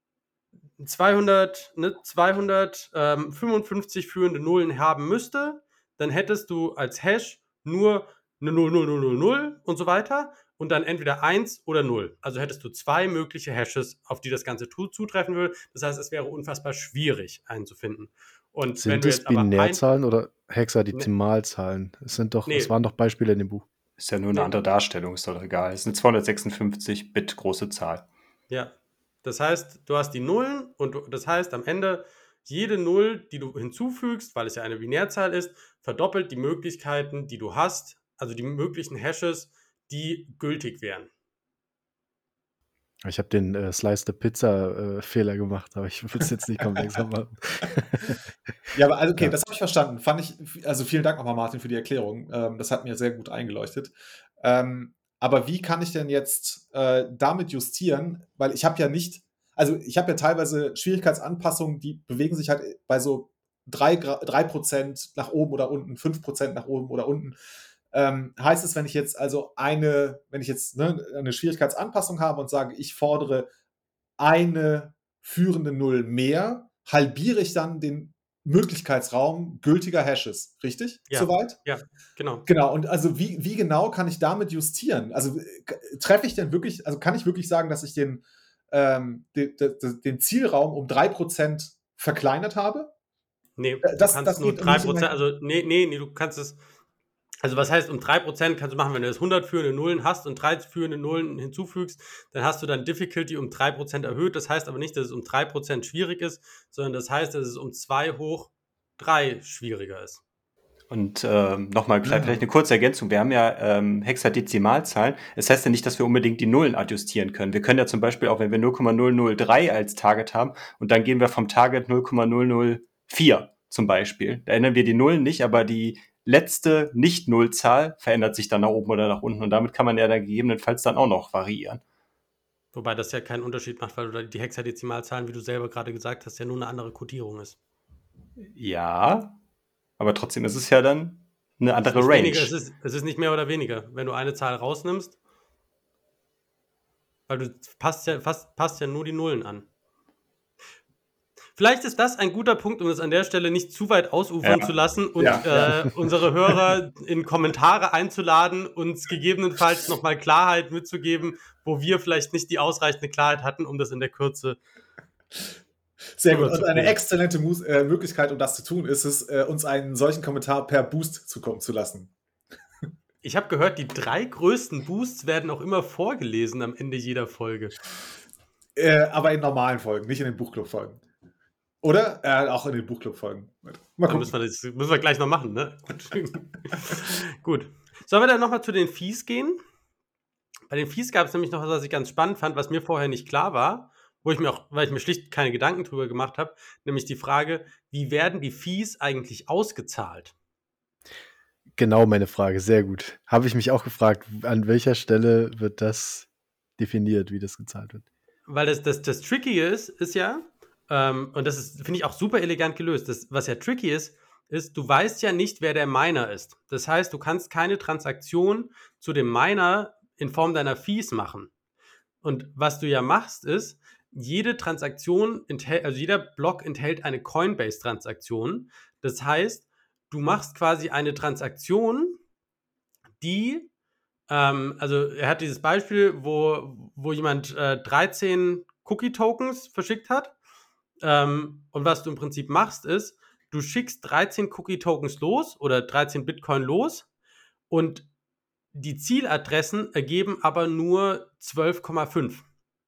zweihundert, ne, zweihundertfünfundfünfzig führende Nullen haben müsste, dann hättest du als Hash nur eine null, null, null, null, null und so weiter und dann entweder eins oder null. Also hättest du zwei mögliche Hashes, auf die das Ganze tu- zutreffen würde. Das heißt, es wäre unfassbar schwierig einzufinden. Und wenn Sind du das jetzt aber ein, Binärzahlen oder Hexadezimalzahlen? Es sind doch, Nee. es waren doch Beispiele in dem Buch. Ist ja nur eine Nee. andere Darstellung, ist doch egal. Es ist eine zweihundertsechsundfünfzig Bit große Zahl. ja, das heißt, du hast die Nullen und du, das heißt am Ende, jede Null, die du hinzufügst, weil es ja eine Binärzahl ist, verdoppelt die Möglichkeiten, die du hast, also die möglichen Hashes, die gültig wären. Ich habe den äh, Slice the Pizza äh, Fehler gemacht, aber ich will es jetzt nicht komplexer machen. Ja, aber also, okay, Ja. das habe ich verstanden. Fand ich, also vielen Dank nochmal, Martin, für die Erklärung. Ähm, das hat mir sehr gut eingeleuchtet. Ähm, aber wie kann ich denn jetzt äh, damit justieren? Weil ich habe ja nicht, also ich habe ja teilweise Schwierigkeitsanpassungen, die bewegen sich halt bei so drei Prozent nach oben oder unten, fünf Prozent nach oben oder unten. Ähm, heißt es, wenn ich jetzt also eine, wenn ich jetzt ne, eine Schwierigkeitsanpassung habe und sage, ich fordere eine führende Null mehr, halbiere ich dann den Möglichkeitsraum gültiger Hashes, richtig? Ja. Soweit? Ja, genau. Genau, und also wie, wie genau kann ich damit justieren? Also äh, treffe ich denn wirklich, also kann ich wirklich sagen, dass ich den, ähm, den, den, den Zielraum um drei Prozent verkleinert habe? Nee, Äh, das- du kannst das nur geht drei nicht in Prozent, mein- also nee, nee, nee, du kannst es, also was heißt, um drei Prozent kannst du machen, wenn du jetzt hundert führende Nullen hast und drei führende Nullen hinzufügst, dann hast du dann Difficulty um drei Prozent erhöht. Das heißt aber nicht, dass es um drei Prozent schwierig ist, sondern das heißt, dass es um zwei hoch drei schwieriger ist. Und ähm, nochmal Ah. vielleicht eine kurze Ergänzung. Wir haben ja ähm, Hexadezimalzahlen. Es heißt ja nicht, dass wir unbedingt die Nullen adjustieren können. Wir können ja zum Beispiel auch, wenn wir null Komma null null drei als Target haben und dann gehen wir vom Target null Komma null null vier zum Beispiel. Da ändern wir die Nullen nicht, aber die letzte Nicht-Null-Zahl verändert sich dann nach oben oder nach unten und damit kann man ja dann gegebenenfalls dann auch noch variieren. Wobei das ja keinen Unterschied macht, weil du da die Hexadezimalzahlen, wie du selber gerade gesagt hast, ja nur eine andere Kodierung ist. Ja, aber trotzdem ist es ja dann eine andere Es ist Range. weniger, es, ist, es ist nicht mehr oder weniger, wenn du eine Zahl rausnimmst, weil du passt ja, fast, passt ja nur die Nullen an. Vielleicht ist das ein guter Punkt, um es an der Stelle nicht zu weit ausufern Ja. zu lassen und Ja, äh, unsere Hörer in Kommentare einzuladen, uns gegebenenfalls nochmal Klarheit mitzugeben, wo wir vielleicht nicht die ausreichende Klarheit hatten, um das in der Kürze. Sehr gut. Und eine rüberzubringen. exzellente Mus äh, Möglichkeit, um das zu tun, ist es, äh, uns einen solchen Kommentar per Boost zukommen zu lassen. Ich habe gehört, die drei größten Boosts werden auch immer vorgelesen am Ende jeder Folge. Äh, aber in normalen Folgen, nicht in den Buchclub-Folgen. Oder? Äh, auch in den Buchclub-Folgen. Mal Dann gucken. müssen wir, das müssen wir gleich noch machen, ne? Gut. Gut. Sollen wir dann nochmal zu den Fees gehen? Bei den Fees gab es nämlich noch was, was ich ganz spannend fand, was mir vorher nicht klar war, wo ich mir auch, weil ich mir schlicht keine Gedanken drüber gemacht habe, nämlich die Frage, wie werden die Fees eigentlich ausgezahlt? Genau meine Frage, sehr gut. Habe ich mich auch gefragt, an welcher Stelle wird das definiert, wie das gezahlt wird? Weil das, das, das Tricky ist, ist ja, ähm, und das ist, finde ich, auch super elegant gelöst, das, was ja tricky ist, ist, du weißt ja nicht, wer der Miner ist. Das heißt, du kannst keine Transaktion zu dem Miner in Form deiner Fees machen. Und was du ja machst, ist, jede Transaktion, enthält, also jeder Block enthält eine Coinbase-Transaktion. Das heißt, du machst quasi eine Transaktion, die, ähm, also er hat dieses Beispiel, wo, wo jemand äh, dreizehn Cookie-Tokens verschickt hat. Ähm, und was du im Prinzip machst, ist, du schickst dreizehn Cookie-Tokens los oder dreizehn Bitcoin los und die Zieladressen ergeben aber nur zwölf Komma fünf.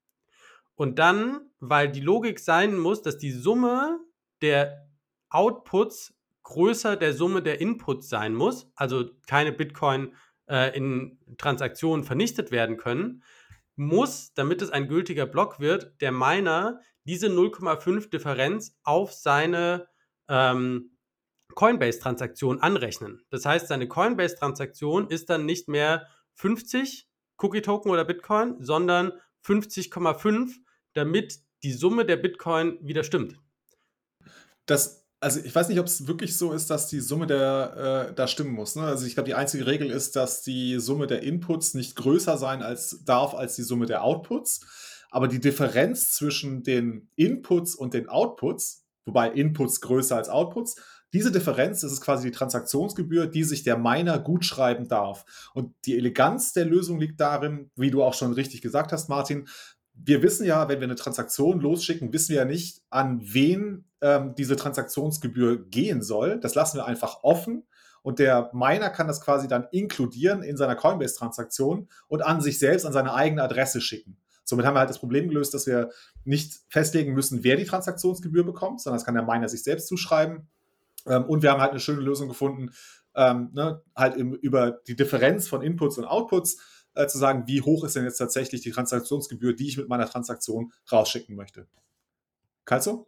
Und dann, weil die Logik sein muss, dass die Summe der Outputs größer der Summe der Inputs sein muss, also keine Bitcoin äh, in Transaktionen vernichtet werden können, muss, damit es ein gültiger Block wird, der Miner diese null Komma fünf Differenz auf seine ähm, Coinbase-Transaktion anrechnen. Das heißt, seine Coinbase-Transaktion ist dann nicht mehr fünfzig Cookie-Token oder Bitcoin, sondern fünfzig Komma fünf, damit die Summe der Bitcoin wieder stimmt. Das, also ich weiß nicht, ob es wirklich so ist, dass die Summe der äh, da stimmen muss. Ne? Also ich glaube, die einzige Regel ist, dass die Summe der Inputs nicht größer sein als, darf als die Summe der Outputs. Aber die Differenz zwischen den Inputs und den Outputs, wobei Inputs größer als Outputs, diese Differenz, das ist quasi die Transaktionsgebühr, die sich der Miner gutschreiben darf. Und die Eleganz der Lösung liegt darin, wie du auch schon richtig gesagt hast, Martin, wir wissen ja, wenn wir eine Transaktion losschicken, wissen wir ja nicht, an wen ähm, diese Transaktionsgebühr gehen soll. Das lassen wir einfach offen und der Miner kann das quasi dann inkludieren in seiner Coinbase-Transaktion und an sich selbst, an seine eigene Adresse schicken. Somit haben wir halt das Problem gelöst, dass wir nicht festlegen müssen, wer die Transaktionsgebühr bekommt, sondern das kann der Miner sich selbst zuschreiben. Ähm, und wir haben halt eine schöne Lösung gefunden, ähm, ne, halt im, über die Differenz von Inputs und Outputs äh, zu sagen, wie hoch ist denn jetzt tatsächlich die Transaktionsgebühr, die ich mit meiner Transaktion rausschicken möchte. Kalzo?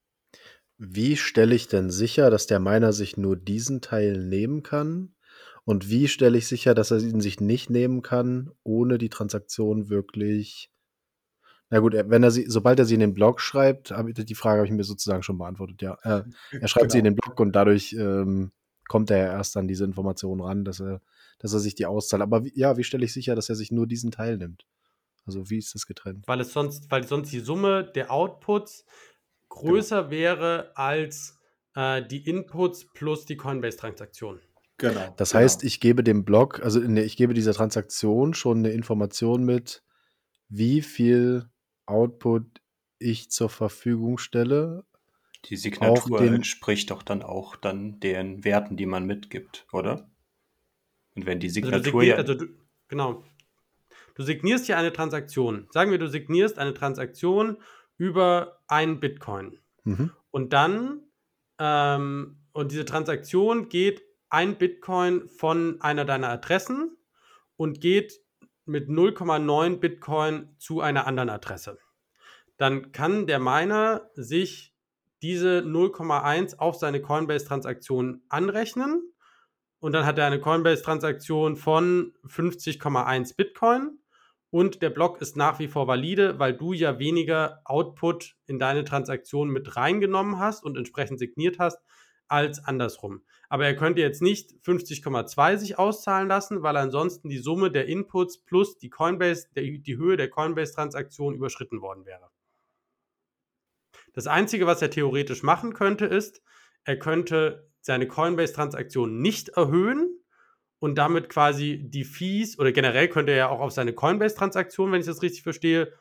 Wie stelle ich denn sicher, dass der Miner sich nur diesen Teil nehmen kann? Und wie stelle ich sicher, dass er ihn sich nicht nehmen kann, ohne die Transaktion wirklich. Na gut, er- wenn er sie, sobald er sie in den Blog schreibt, habe ich, die Frage habe ich mir sozusagen schon beantwortet, ja. Er, er schreibt sie in Genau. den Blog und dadurch ähm, kommt er ja erst an diese Informationen ran, dass er, dass er sich die auszahlt. Aber wie, ja, wie stelle ich sicher, dass er sich nur diesen Teil nimmt? Also wie ist das getrennt? Weil es sonst, weil sonst die Summe der Outputs größer wäre als äh, die Inputs plus die Coinbase-Transaktion. Genau. Das genau. heißt, ich gebe dem Blog, also ne, ich gebe dieser Transaktion schon eine Information mit, wie viel Output ich zur Verfügung stelle. Die Signatur den- entspricht doch dann auch dann den Werten, die man mitgibt, oder? Und wenn die Also du, Signatur signier, ja. also du, genau. Du signierst hier eine Transaktion. Sagen wir, du signierst eine Transaktion über einen Bitcoin. Mhm. Und dann, ähm, und diese Transaktion geht ein Bitcoin von einer deiner Adressen und geht mit null Komma neun Bitcoin zu einer anderen Adresse. Dann kann der Miner sich diese null Komma eins auf seine Coinbase-Transaktion anrechnen und dann hat er eine Coinbase-Transaktion von fünfzig Komma eins Bitcoin und der Block ist nach wie vor valide, weil du ja weniger Output in deine Transaktion mit reingenommen hast und entsprechend signiert hast, als andersrum. Aber er könnte jetzt nicht fünfzig Komma zwei sich auszahlen lassen, weil ansonsten die Summe der Inputs plus die Coinbase, der, die Höhe der Coinbase-Transaktion überschritten worden wäre. Das Einzige, was er theoretisch machen könnte, ist, er könnte seine Coinbase-Transaktion nicht erhöhen und damit quasi die Fees, oder generell könnte er ja auch auf seine Coinbase-Transaktion, wenn ich das richtig verstehe,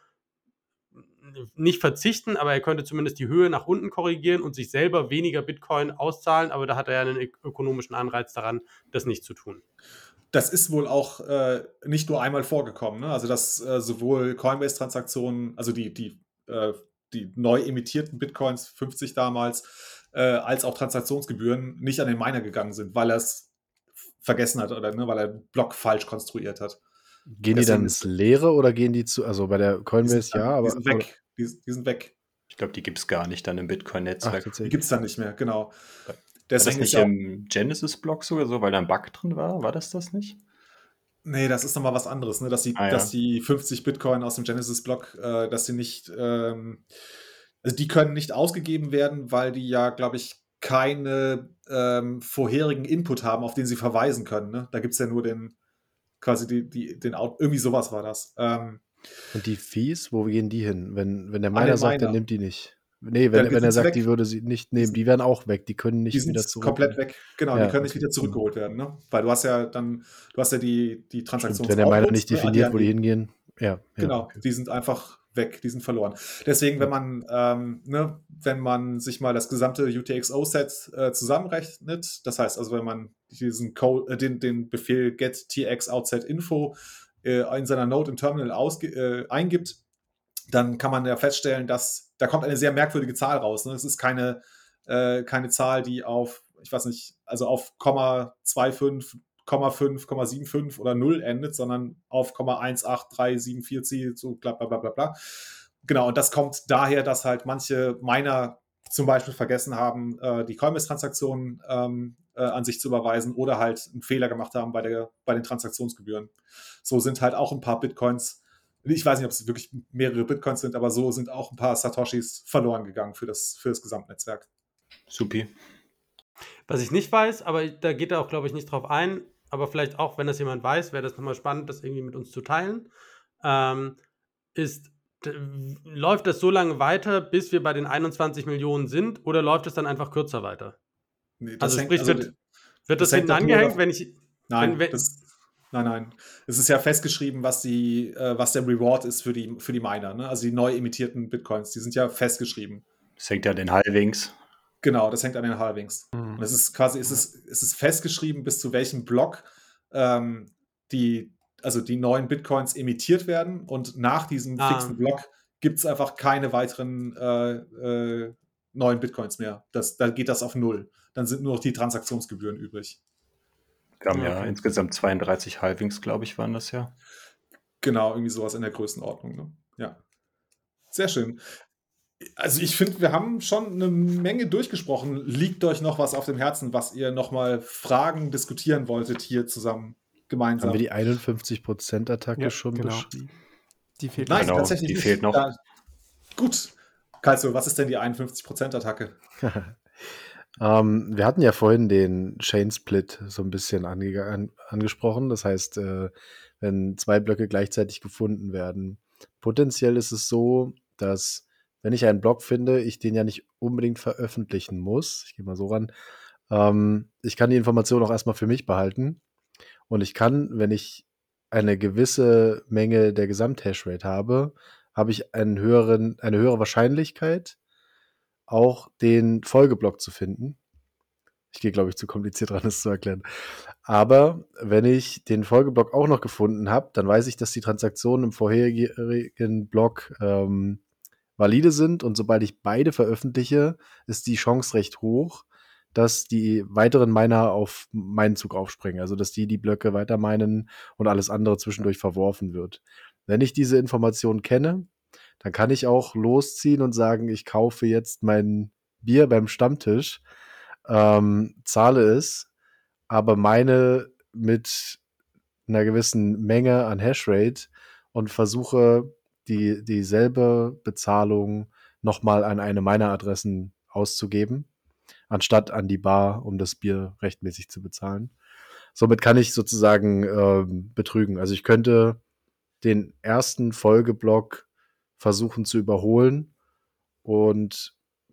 nicht verzichten, aber er könnte zumindest die Höhe nach unten korrigieren und sich selber weniger Bitcoin auszahlen, aber da hat er ja einen ök- ökonomischen Anreiz daran, das nicht zu tun. Das ist wohl auch äh, nicht nur einmal vorgekommen, ne? Also dass äh, sowohl Coinbase-Transaktionen, also die, die, äh, die neu emittierten Bitcoins, fünfzig damals, äh, als auch Transaktionsgebühren nicht an den Miner gegangen sind, weil er es vergessen hat oder ne, weil er den Block falsch konstruiert hat. Gehen die dann Deswegen ins ist, Leere oder gehen die zu, also bei der die sind, Coinbase ja, dann, die aber sind oder, weg. Die, die sind weg. Ich glaube, die gibt es gar nicht dann im ach, Bitcoin-Netzwerk. Die tatsächlich. gibt es dann nicht mehr, genau. War das Deswegen ist nicht ja auch, im Genesis-Block sogar so, weil da ein Bug drin war? War das das nicht? nee, das ist nochmal was anderes, ne? Dass die, Ah dass ja. die fünfzig Bitcoin aus dem Genesis-Block, äh, dass die nicht, ähm, also die können nicht ausgegeben werden, weil die ja, glaube ich, keine ähm, vorherigen Input haben, auf den sie verweisen können. Ne? Da gibt es ja nur den, quasi die, die, den Out, irgendwie sowas war das. Ähm, Und die Fees, wo gehen die hin? Wenn, wenn der an Miner den sagt, der Miner. nimmt die nicht. Nee, Da wenn, wenn er sind sie sagt, die weg. würde sie nicht Die nehmen, sind, die werden auch weg, die können die nicht wieder sind zurück. komplett weg. Genau, die Ja, können nicht okay. wieder Hm. zurückgeholt werden, ne? Weil du hast ja dann, du hast ja die, die Stimmt, wenn der Miner Transaktionsoutputs, nicht ne, an die definiert, wo die angeben. hingehen. Ja, ja, Genau, okay. die sind einfach weg, die sind verloren. Deswegen, wenn Ja. man, ähm, ne, wenn man sich mal das gesamte U T X O-Set äh, zusammenrechnet, das heißt also, wenn man diesen Code, äh, den, den Befehl get tx outset info äh, in seiner Node im Terminal ausge äh, eingibt, dann kann man ja feststellen, dass da kommt eine sehr merkwürdige Zahl raus. Ne? Es ist keine, äh, keine Zahl, die auf, ich weiß nicht, also auf Komma fünfundzwanzig, Komma fünf, Komma fünfundsiebzig oder null endet, sondern auf Komma eins acht drei sieben vier c, so bla bla bla bla bla. Genau, und das kommt daher, dass halt manche Miner zum Beispiel vergessen haben, äh, die Coinbase-Transaktionen ähm, äh, an sich zu überweisen oder halt einen Fehler gemacht haben bei, der, bei den Transaktionsgebühren. So sind halt auch ein paar Bitcoins, ich weiß nicht, ob es wirklich mehrere Bitcoins sind, aber so sind auch ein paar Satoshis verloren gegangen für das, für das Gesamtnetzwerk. Supi. Was ich nicht weiß, aber da geht er auch, glaube ich, nicht drauf ein, aber vielleicht auch, wenn das jemand weiß, wäre das nochmal spannend, das irgendwie mit uns zu teilen, ähm, ist, d- läuft das so lange weiter, bis wir bei den einundzwanzig Millionen sind, oder läuft es dann einfach kürzer weiter? Nee, das Also hängt, sprich, also wird, wird das das hängt hinten doch nur angehängt, davon. wenn ich, Nein, wenn, wenn, das, nein, nein. Es ist ja festgeschrieben, was, die, äh, was der Reward ist für die, für die Miner. Ne? Also die neu emittierten Bitcoins, die sind ja festgeschrieben. Das hängt ja an den Halvings. Genau, das hängt an den Halvings. Mhm. Und es ist quasi, es ist, es ist festgeschrieben, bis zu welchem Block ähm, die, also die neuen Bitcoins emittiert werden. Und nach diesem Ah. fixen Block gibt es einfach keine weiteren äh, äh, neuen Bitcoins mehr. Das, da geht das auf null. Dann sind nur noch die Transaktionsgebühren übrig. Wir haben ja Okay. insgesamt zweiunddreißig Halvings, glaube ich, waren das ja. Genau, irgendwie sowas in der Größenordnung. Ne? Ja. Sehr schön. Also ich finde, wir haben schon eine Menge durchgesprochen. Liegt euch noch was auf dem Herzen, was ihr nochmal Fragen diskutieren wolltet hier zusammen gemeinsam? Haben wir die einundfünfzig Prozent Attacke Ja, schon genau. beschrieben? Die fehlt Nein, Genau, tatsächlich die nicht. fehlt noch. Da, gut. Kalzo, was ist denn die einundfünfzig Prozent Attacke? Ähm, wir hatten ja vorhin den Chain Split so ein bisschen ange an, angesprochen. Das heißt, äh, wenn zwei Blöcke gleichzeitig gefunden werden. Potenziell ist es so, dass, wenn ich einen Block finde, ich den ja nicht unbedingt veröffentlichen muss. Ich gehe mal so ran. Ähm, ich kann die Information auch erstmal für mich behalten. Und ich kann, wenn ich eine gewisse Menge der Gesamt-Hashrate habe, habe ich einen höheren, eine höhere Wahrscheinlichkeit, auch den Folgeblock zu finden. Ich gehe, glaube ich, zu kompliziert dran, das zu erklären. Aber wenn ich den Folgeblock auch noch gefunden habe, dann weiß ich, dass die Transaktionen im vorherigen Block ähm, valide sind. Und sobald ich beide veröffentliche, ist die Chance recht hoch, dass die weiteren Miner auf meinen Zug aufspringen. Also, dass die die Blöcke weiter meinen und alles andere zwischendurch verworfen wird. Wenn ich diese Information kenne, dann kann ich auch losziehen und sagen, ich kaufe jetzt mein Bier beim Stammtisch, ähm, zahle es, aber meine mit einer gewissen Menge an Hashrate und versuche, die, dieselbe Bezahlung nochmal an eine meiner Adressen auszugeben, anstatt an die Bar, um das Bier rechtmäßig zu bezahlen. Somit kann ich sozusagen ähm, betrügen. Also ich könnte den ersten Folgeblock versuchen zu überholen und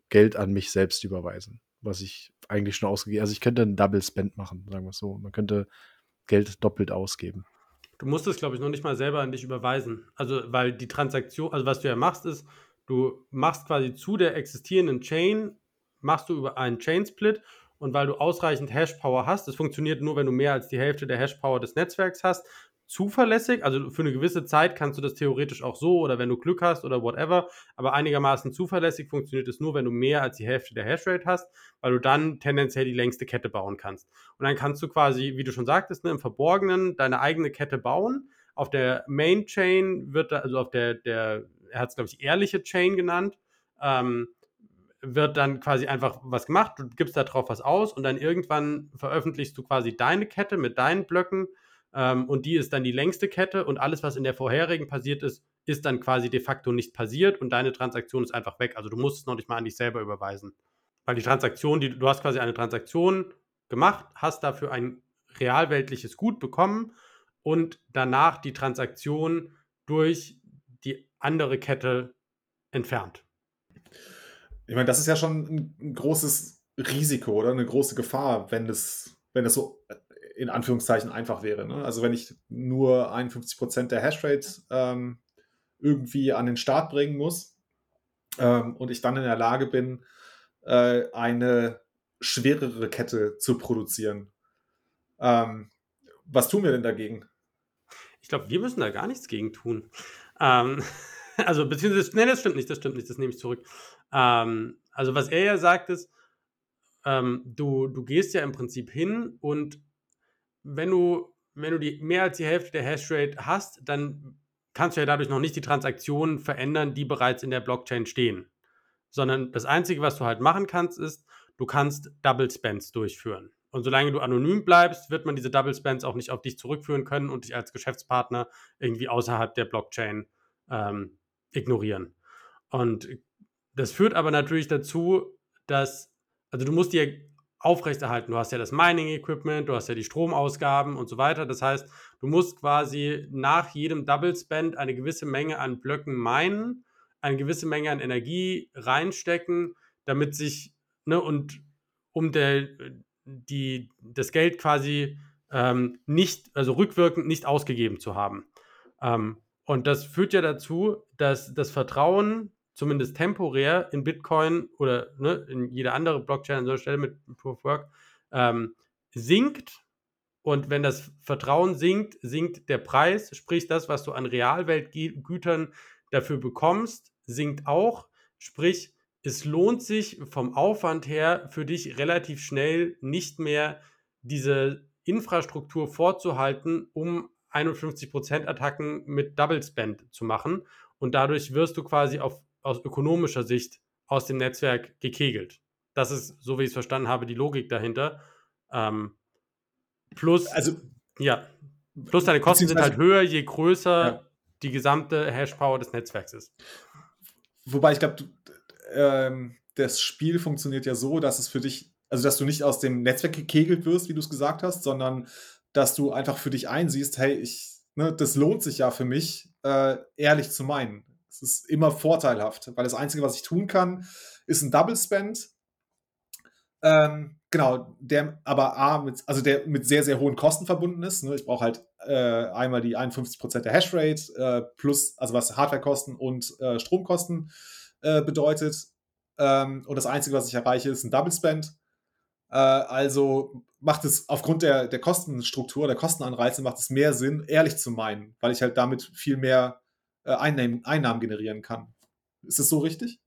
Geld an mich selbst überweisen, was ich eigentlich schon ausgegeben habe. Also ich könnte einen Double Spend machen, sagen wir es so. Man könnte Geld doppelt ausgeben. Du musst es, glaube ich, noch nicht mal selber an dich überweisen. Also, weil die Transaktion, also was du ja machst, ist, du machst quasi zu der existierenden Chain, machst du über einen Chain-Split und weil du ausreichend Hash-Power hast, das funktioniert nur, wenn du mehr als die Hälfte der Hash-Power des Netzwerks hast, zuverlässig, also für eine gewisse Zeit kannst du das theoretisch auch so oder wenn du Glück hast oder whatever, aber einigermaßen zuverlässig funktioniert es nur, wenn du mehr als die Hälfte der Hashrate hast, weil du dann tendenziell die längste Kette bauen kannst. Und dann kannst du quasi, wie du schon sagtest, ne, im Verborgenen deine eigene Kette bauen. Auf der Main Chain wird da, also auf der, der er hat es, glaube ich, ehrliche Chain genannt, ähm, wird dann quasi einfach was gemacht, du gibst da drauf was aus und dann irgendwann veröffentlichst du quasi deine Kette mit deinen Blöcken ähm, und die ist dann die längste Kette und alles, was in der vorherigen passiert ist, ist dann quasi de facto nicht passiert und deine Transaktion ist einfach weg. Also du musst es noch nicht mal an dich selber überweisen. Weil die Transaktion, die, du hast quasi eine Transaktion gemacht, hast dafür ein realweltliches Gut bekommen und danach die Transaktion durch die andere Kette entfernt. Ich meine, das ist ja schon ein, ein großes Risiko oder eine große Gefahr, wenn es, wenn es so in Anführungszeichen einfach wäre. Ne? Also wenn ich nur einundfünfzig Prozent der Hashrate ähm, irgendwie an den Start bringen muss ähm, und ich dann in der Lage bin, äh, eine schwerere Kette zu produzieren. Ähm, was tun wir denn dagegen? Ich glaube, wir müssen da gar nichts gegen tun. Ähm, also, beziehungsweise, nee, das stimmt nicht, das stimmt nicht, das nehme ich zurück. Ähm, also, was er ja sagt, ist, ähm, du, du gehst ja im Prinzip hin und wenn du, wenn du die, mehr als die Hälfte der Hashrate hast, dann kannst du ja dadurch noch nicht die Transaktionen verändern, die bereits in der Blockchain stehen. Sondern das Einzige, was du halt machen kannst, ist, du kannst Double Spends durchführen. Und solange du anonym bleibst, wird man diese Double Spends auch nicht auf dich zurückführen können und dich als Geschäftspartner irgendwie außerhalb der Blockchain ähm, ignorieren. Und das führt aber natürlich dazu, dass, also du musst dir aufrechterhalten. Du hast ja das Mining-Equipment, du hast ja die Stromausgaben und so weiter. Das heißt, du musst quasi nach jedem Double Spend eine gewisse Menge an Blöcken minen, eine gewisse Menge an Energie reinstecken, damit sich, ne, und um der, die, das Geld quasi ähm, nicht, also rückwirkend nicht ausgegeben zu haben. Ähm, und das führt ja dazu, dass das Vertrauen, zumindest temporär, in Bitcoin oder ne, in jede andere Blockchain an solcher Stelle mit Proof of Work ähm, sinkt. Und wenn das Vertrauen sinkt, sinkt der Preis, sprich das, was du an Realweltgütern dafür bekommst, sinkt auch. Sprich, es lohnt sich vom Aufwand her für dich relativ schnell nicht mehr diese Infrastruktur vorzuhalten, um einundfünfzig Prozent Attacken mit Double Spend zu machen. Und dadurch wirst du quasi auf, aus ökonomischer Sicht aus dem Netzwerk gekegelt. Das ist, so wie ich es verstanden habe, die Logik dahinter. Ähm, plus, Also, ja, plus deine Kosten sind halt höher, je größer ja. die gesamte Hash-Power des Netzwerks ist. Wobei ich glaube, ähm, das Spiel funktioniert ja so, dass es für dich, also dass du nicht aus dem Netzwerk gekegelt wirst, wie du es gesagt hast, sondern dass du einfach für dich einsiehst, hey, ich, ne, das lohnt sich ja für mich, äh, ehrlich zu meinen. Es ist immer vorteilhaft, weil das Einzige, was ich tun kann, ist ein Double Spend. Ähm, genau, der aber A, mit, also der mit sehr, sehr hohen Kosten verbunden ist. Ne? Ich brauche halt äh, einmal die einundfünfzig Prozent der Hashrate äh, plus, also was Hardwarekosten und äh, Stromkosten äh, bedeutet. Ähm, und das Einzige, was ich erreiche, ist ein Double Spend. Äh, also macht es aufgrund der, der Kostenstruktur, der Kostenanreize, macht es mehr Sinn, ehrlich zu meinen, weil ich halt damit viel mehr äh, Einnahmen, Einnahmen generieren kann. Ist das so richtig?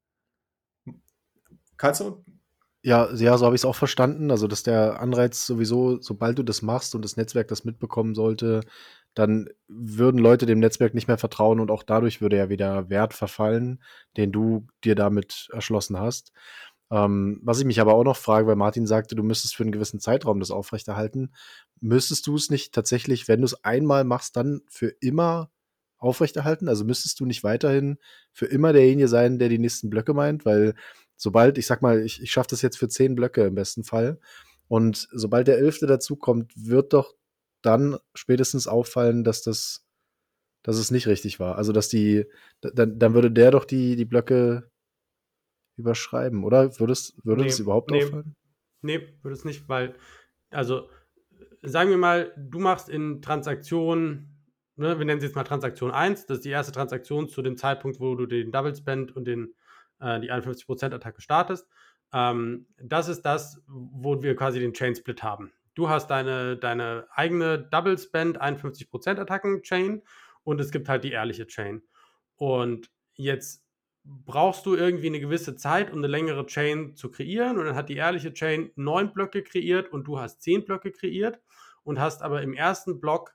Kalzo? Ja, ja, so habe ich es auch verstanden. Also, dass der Anreiz sowieso, sobald du das machst und das Netzwerk das mitbekommen sollte, dann würden Leute dem Netzwerk nicht mehr vertrauen und auch dadurch würde ja wieder Wert verfallen, den du dir damit erschlossen hast. Ähm, was ich mich aber auch noch frage, weil Martin sagte, du müsstest für einen gewissen Zeitraum das aufrechterhalten. Müsstest du es nicht tatsächlich, wenn du es einmal machst, dann für immer aufrechterhalten? Also müsstest du nicht weiterhin für immer derjenige sein, der die nächsten Blöcke meint? Weil sobald, ich sag mal, ich, ich schaffe das jetzt für zehn Blöcke im besten Fall und sobald der elfte dazukommt, wird doch dann spätestens auffallen, dass das, dass es nicht richtig war. Also dass die, dann, dann würde der doch die, die Blöcke überschreiben, oder? Würdest, würde das Nee, überhaupt nee. auffallen? Nee, würde es nicht, weil, also sagen wir mal, du machst in Transaktion, ne, wir nennen sie jetzt mal Transaktion eins, das ist die erste Transaktion zu dem Zeitpunkt, wo du den Double Spend und den, äh, die einundfünfzig Prozent Attacke startest. Ähm, das ist das, wo wir quasi den Chain Split haben. Du hast deine, deine eigene Double Spend einundfünfzig Prozent Attacken Chain und es gibt halt die ehrliche Chain. Und jetzt brauchst du irgendwie eine gewisse Zeit, um eine längere Chain zu kreieren, und dann hat die ehrliche Chain neun Blöcke kreiert und du hast zehn Blöcke kreiert und hast aber im ersten Block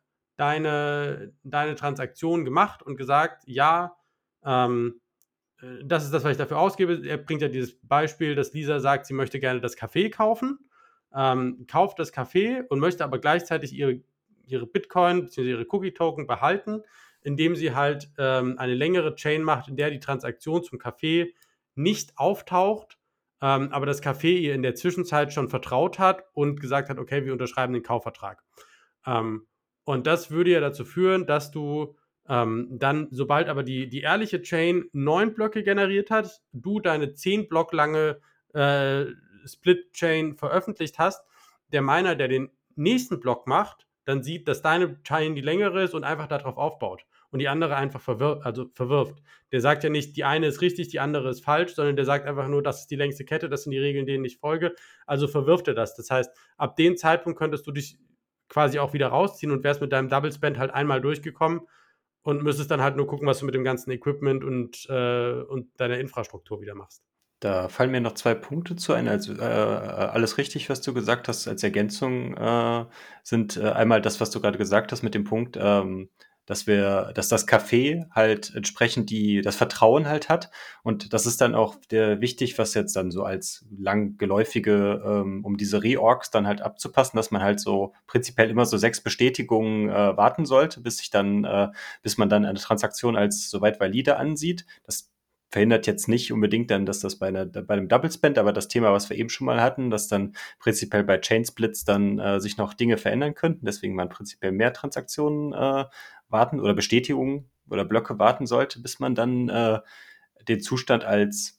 deine, deine Transaktion gemacht und gesagt, ja, ähm, äh, das ist das, was ich dafür ausgebe. Er bringt ja dieses Beispiel, dass Lisa sagt, sie möchte gerne das Café kaufen, ähm, kauft das Café und möchte aber gleichzeitig ihre, ihre Bitcoin bzw. ihre Cookie-Token behalten, indem sie halt ähm, eine längere Chain macht, in der die Transaktion zum Café nicht auftaucht, ähm, aber das Café ihr in der Zwischenzeit schon vertraut hat und gesagt hat, okay, wir unterschreiben den Kaufvertrag. Ähm, und das würde ja dazu führen, dass du ähm, dann, sobald aber die, die ehrliche Chain neun Blöcke generiert hat, du deine zehn Block lange äh, Split-Chain veröffentlicht hast, der Miner, der den nächsten Block macht, dann sieht, dass deine Chain die längere ist und einfach darauf aufbaut und die andere einfach verwir- also verwirft. Der sagt ja nicht, die eine ist richtig, die andere ist falsch, sondern der sagt einfach nur, das ist die längste Kette, das sind die Regeln, denen ich folge, also verwirft er das. Das heißt, ab dem Zeitpunkt könntest du dich quasi auch wieder rausziehen und wärst mit deinem Double Spend halt einmal durchgekommen und müsstest dann halt nur gucken, was du mit dem ganzen Equipment und, äh, und deiner Infrastruktur wieder machst. Da fallen mir noch zwei Punkte zu ein. Also äh, alles richtig, was du gesagt hast. Als Ergänzung äh, sind äh, einmal das, was du gerade gesagt hast mit dem Punkt, ähm, dass wir, dass das Café halt entsprechend die das Vertrauen halt hat. Und das ist dann auch der wichtig, was jetzt dann so als langgeläufige, ähm, um diese Reorgs dann halt abzupassen, dass man halt so prinzipiell immer so sechs Bestätigungen äh, warten sollte, bis sich dann, äh, bis man dann eine Transaktion als soweit valide ansieht. Das verhindert jetzt nicht unbedingt dann, dass das bei, einer, bei einem Double Spend, aber das Thema, was wir eben schon mal hatten, dass dann prinzipiell bei Chain Splits dann äh, sich noch Dinge verändern könnten, deswegen man prinzipiell mehr Transaktionen äh, warten oder Bestätigungen oder Blöcke warten sollte, bis man dann äh, den Zustand als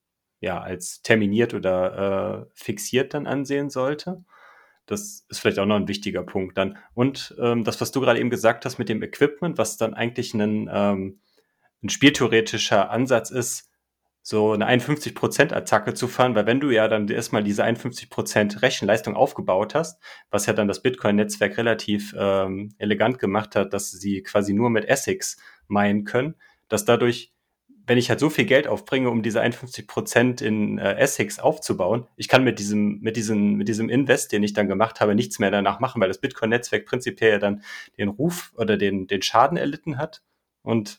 ja als terminiert oder äh, fixiert dann ansehen sollte. Das ist vielleicht auch noch ein wichtiger Punkt dann. Und ähm, das, was du gerade eben gesagt hast mit dem Equipment, was dann eigentlich ein ähm, ein spieltheoretischer Ansatz ist, so eine einundfünfzig Prozent Attacke zu fahren, weil wenn du ja dann erstmal diese einundfünfzig Prozent Rechenleistung aufgebaut hast, was ja dann das Bitcoin-Netzwerk relativ ähm, elegant gemacht hat, dass sie quasi nur mit ASICs meinen können, dass dadurch, wenn ich halt so viel Geld aufbringe, um diese einundfünfzig Prozent in äh, ASICs aufzubauen, ich kann mit diesem, mit diesem, mit diesem Invest, den ich dann gemacht habe, nichts mehr danach machen, weil das Bitcoin-Netzwerk prinzipiell ja dann den Ruf oder den, den Schaden erlitten hat. Und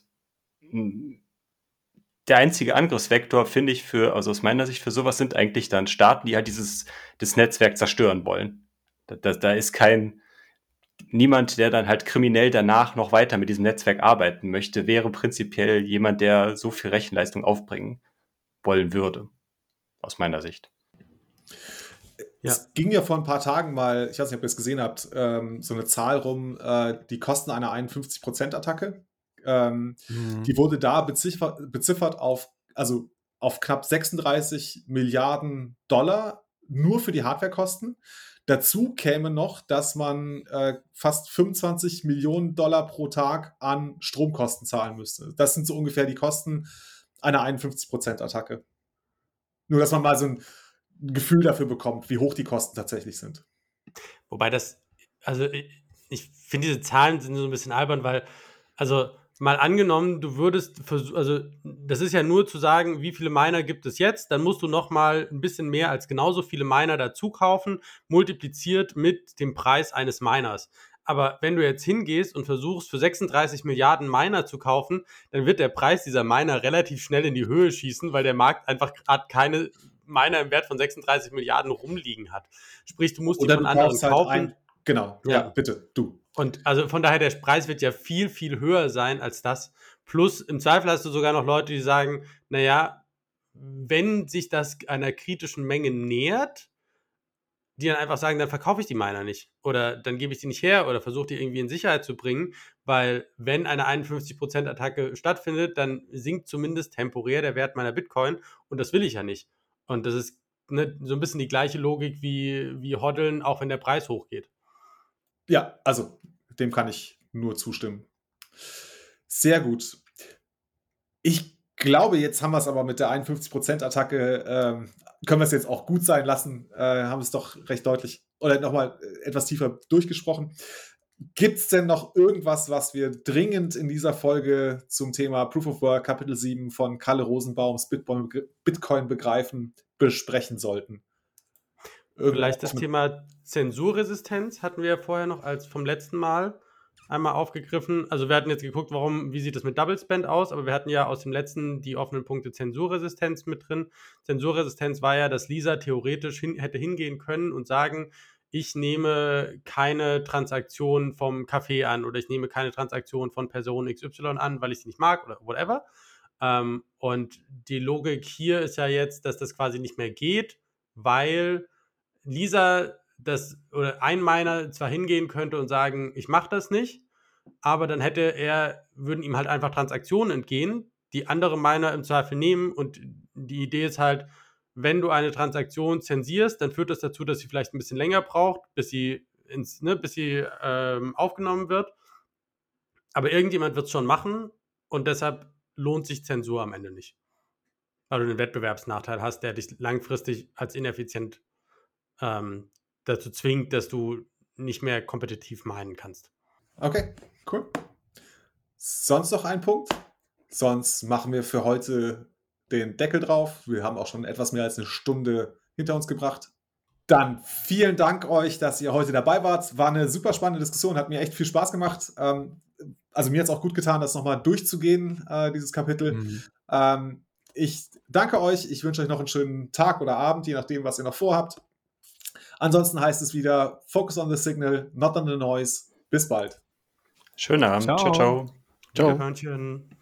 der einzige Angriffsvektor, finde ich, für, also aus meiner Sicht für sowas sind eigentlich dann Staaten, die halt dieses, das Netzwerk zerstören wollen. Da, da, da ist kein, niemand, der dann halt kriminell danach noch weiter mit diesem Netzwerk arbeiten möchte, wäre prinzipiell jemand, der so viel Rechenleistung aufbringen wollen würde. Aus meiner Sicht. Ja. Es ging ja vor ein paar Tagen mal, ich weiß nicht, ob ihr es gesehen habt, ähm, so eine Zahl rum, äh, die Kosten einer einundfünfzig Prozent Attacke. Ähm, mhm. Die wurde da beziffert, beziffert auf, also auf knapp sechsunddreißig Milliarden Dollar nur für die Hardwarekosten. Dazu käme noch, dass man äh, fast fünfundzwanzig Millionen Dollar pro Tag an Stromkosten zahlen müsste. Das sind so ungefähr die Kosten einer einundfünfzig Prozent Attacke. Nur, dass man mal so ein Gefühl dafür bekommt, wie hoch die Kosten tatsächlich sind. Wobei das, also ich, ich finde, diese Zahlen sind so ein bisschen albern, weil, also mal angenommen, du würdest, also das ist ja nur zu sagen, wie viele Miner gibt es jetzt, dann musst du noch mal ein bisschen mehr als genauso viele Miner dazu kaufen, multipliziert mit dem Preis eines Miners. Aber wenn du jetzt hingehst und versuchst, für sechsunddreißig Milliarden Miner zu kaufen, dann wird der Preis dieser Miner relativ schnell in die Höhe schießen, weil der Markt einfach gerade keine Miner im Wert von sechsunddreißig Milliarden rumliegen hat. Sprich, du musst die Oder von du anderen kaufst halt kaufen. ein, genau, ja. ja, bitte, du. Und also von daher, der Preis wird ja viel, viel höher sein als das. Plus, im Zweifel hast du sogar noch Leute, die sagen, naja, wenn sich das einer kritischen Menge nähert, die dann einfach sagen, dann verkaufe ich die Miner nicht oder dann gebe ich die nicht her oder versuche die irgendwie in Sicherheit zu bringen, weil wenn eine einundfünfzig Prozent Attacke stattfindet, dann sinkt zumindest temporär der Wert meiner Bitcoin und das will ich ja nicht. Und das ist ne, so ein bisschen die gleiche Logik wie, wie Hoddeln, auch wenn der Preis hochgeht. Ja, also dem kann ich nur zustimmen. Sehr gut. Ich glaube, jetzt haben wir es aber mit der einundfünfzig Prozent Attacke, ähm, können wir es jetzt auch gut sein lassen, äh, haben es doch recht deutlich oder nochmal etwas tiefer durchgesprochen. Gibt es denn noch irgendwas, was wir dringend in dieser Folge zum Thema Proof of Work Kapitel sieben von Kalle Rosenbaums Bitcoin, Bitcoin begreifen besprechen sollten? Irgendwas Vielleicht das mit- Thema Zensurresistenz hatten wir ja vorher noch als vom letzten Mal einmal aufgegriffen. Also wir hatten jetzt geguckt, warum, wie sieht das mit Double Spend aus, aber wir hatten ja aus dem letzten die offenen Punkte Zensurresistenz mit drin. Zensurresistenz war ja, dass Lisa theoretisch hin, hätte hingehen können und sagen, ich nehme keine Transaktion vom Café an oder ich nehme keine Transaktion von Person X Y an, weil ich sie nicht mag oder whatever. Ähm, und die Logik hier ist ja jetzt, dass das quasi nicht mehr geht, weil Lisa das oder ein Miner zwar hingehen könnte und sagen, ich mache das nicht, aber dann hätte er, würden ihm halt einfach Transaktionen entgehen, die andere Miner im Zweifel nehmen und die Idee ist halt, wenn du eine Transaktion zensierst, dann führt das dazu, dass sie vielleicht ein bisschen länger braucht, bis sie, ins, ne, bis sie ähm, aufgenommen wird. Aber irgendjemand wird es schon machen und deshalb lohnt sich Zensur am Ende nicht. Weil du einen Wettbewerbsnachteil hast, der dich langfristig als ineffizient ähm, dazu zwingt, dass du nicht mehr kompetitiv meinen kannst. Okay, cool. Sonst noch ein Punkt? Sonst machen wir für heute den Deckel drauf. Wir haben auch schon etwas mehr als eine Stunde hinter uns gebracht. Dann vielen Dank euch, dass ihr heute dabei wart. War eine super spannende Diskussion, hat mir echt viel Spaß gemacht. Ähm, also mir hat es auch gut getan, das nochmal durchzugehen, äh, dieses Kapitel. Mhm. Ähm, ich danke euch. Ich wünsche euch noch einen schönen Tag oder Abend, je nachdem, was ihr noch vorhabt. Ansonsten heißt es wieder, focus on the signal, not on the noise. Bis bald. Schönen Abend. Ciao, Ciao. ciao. Ciao. Wiederhörnchen.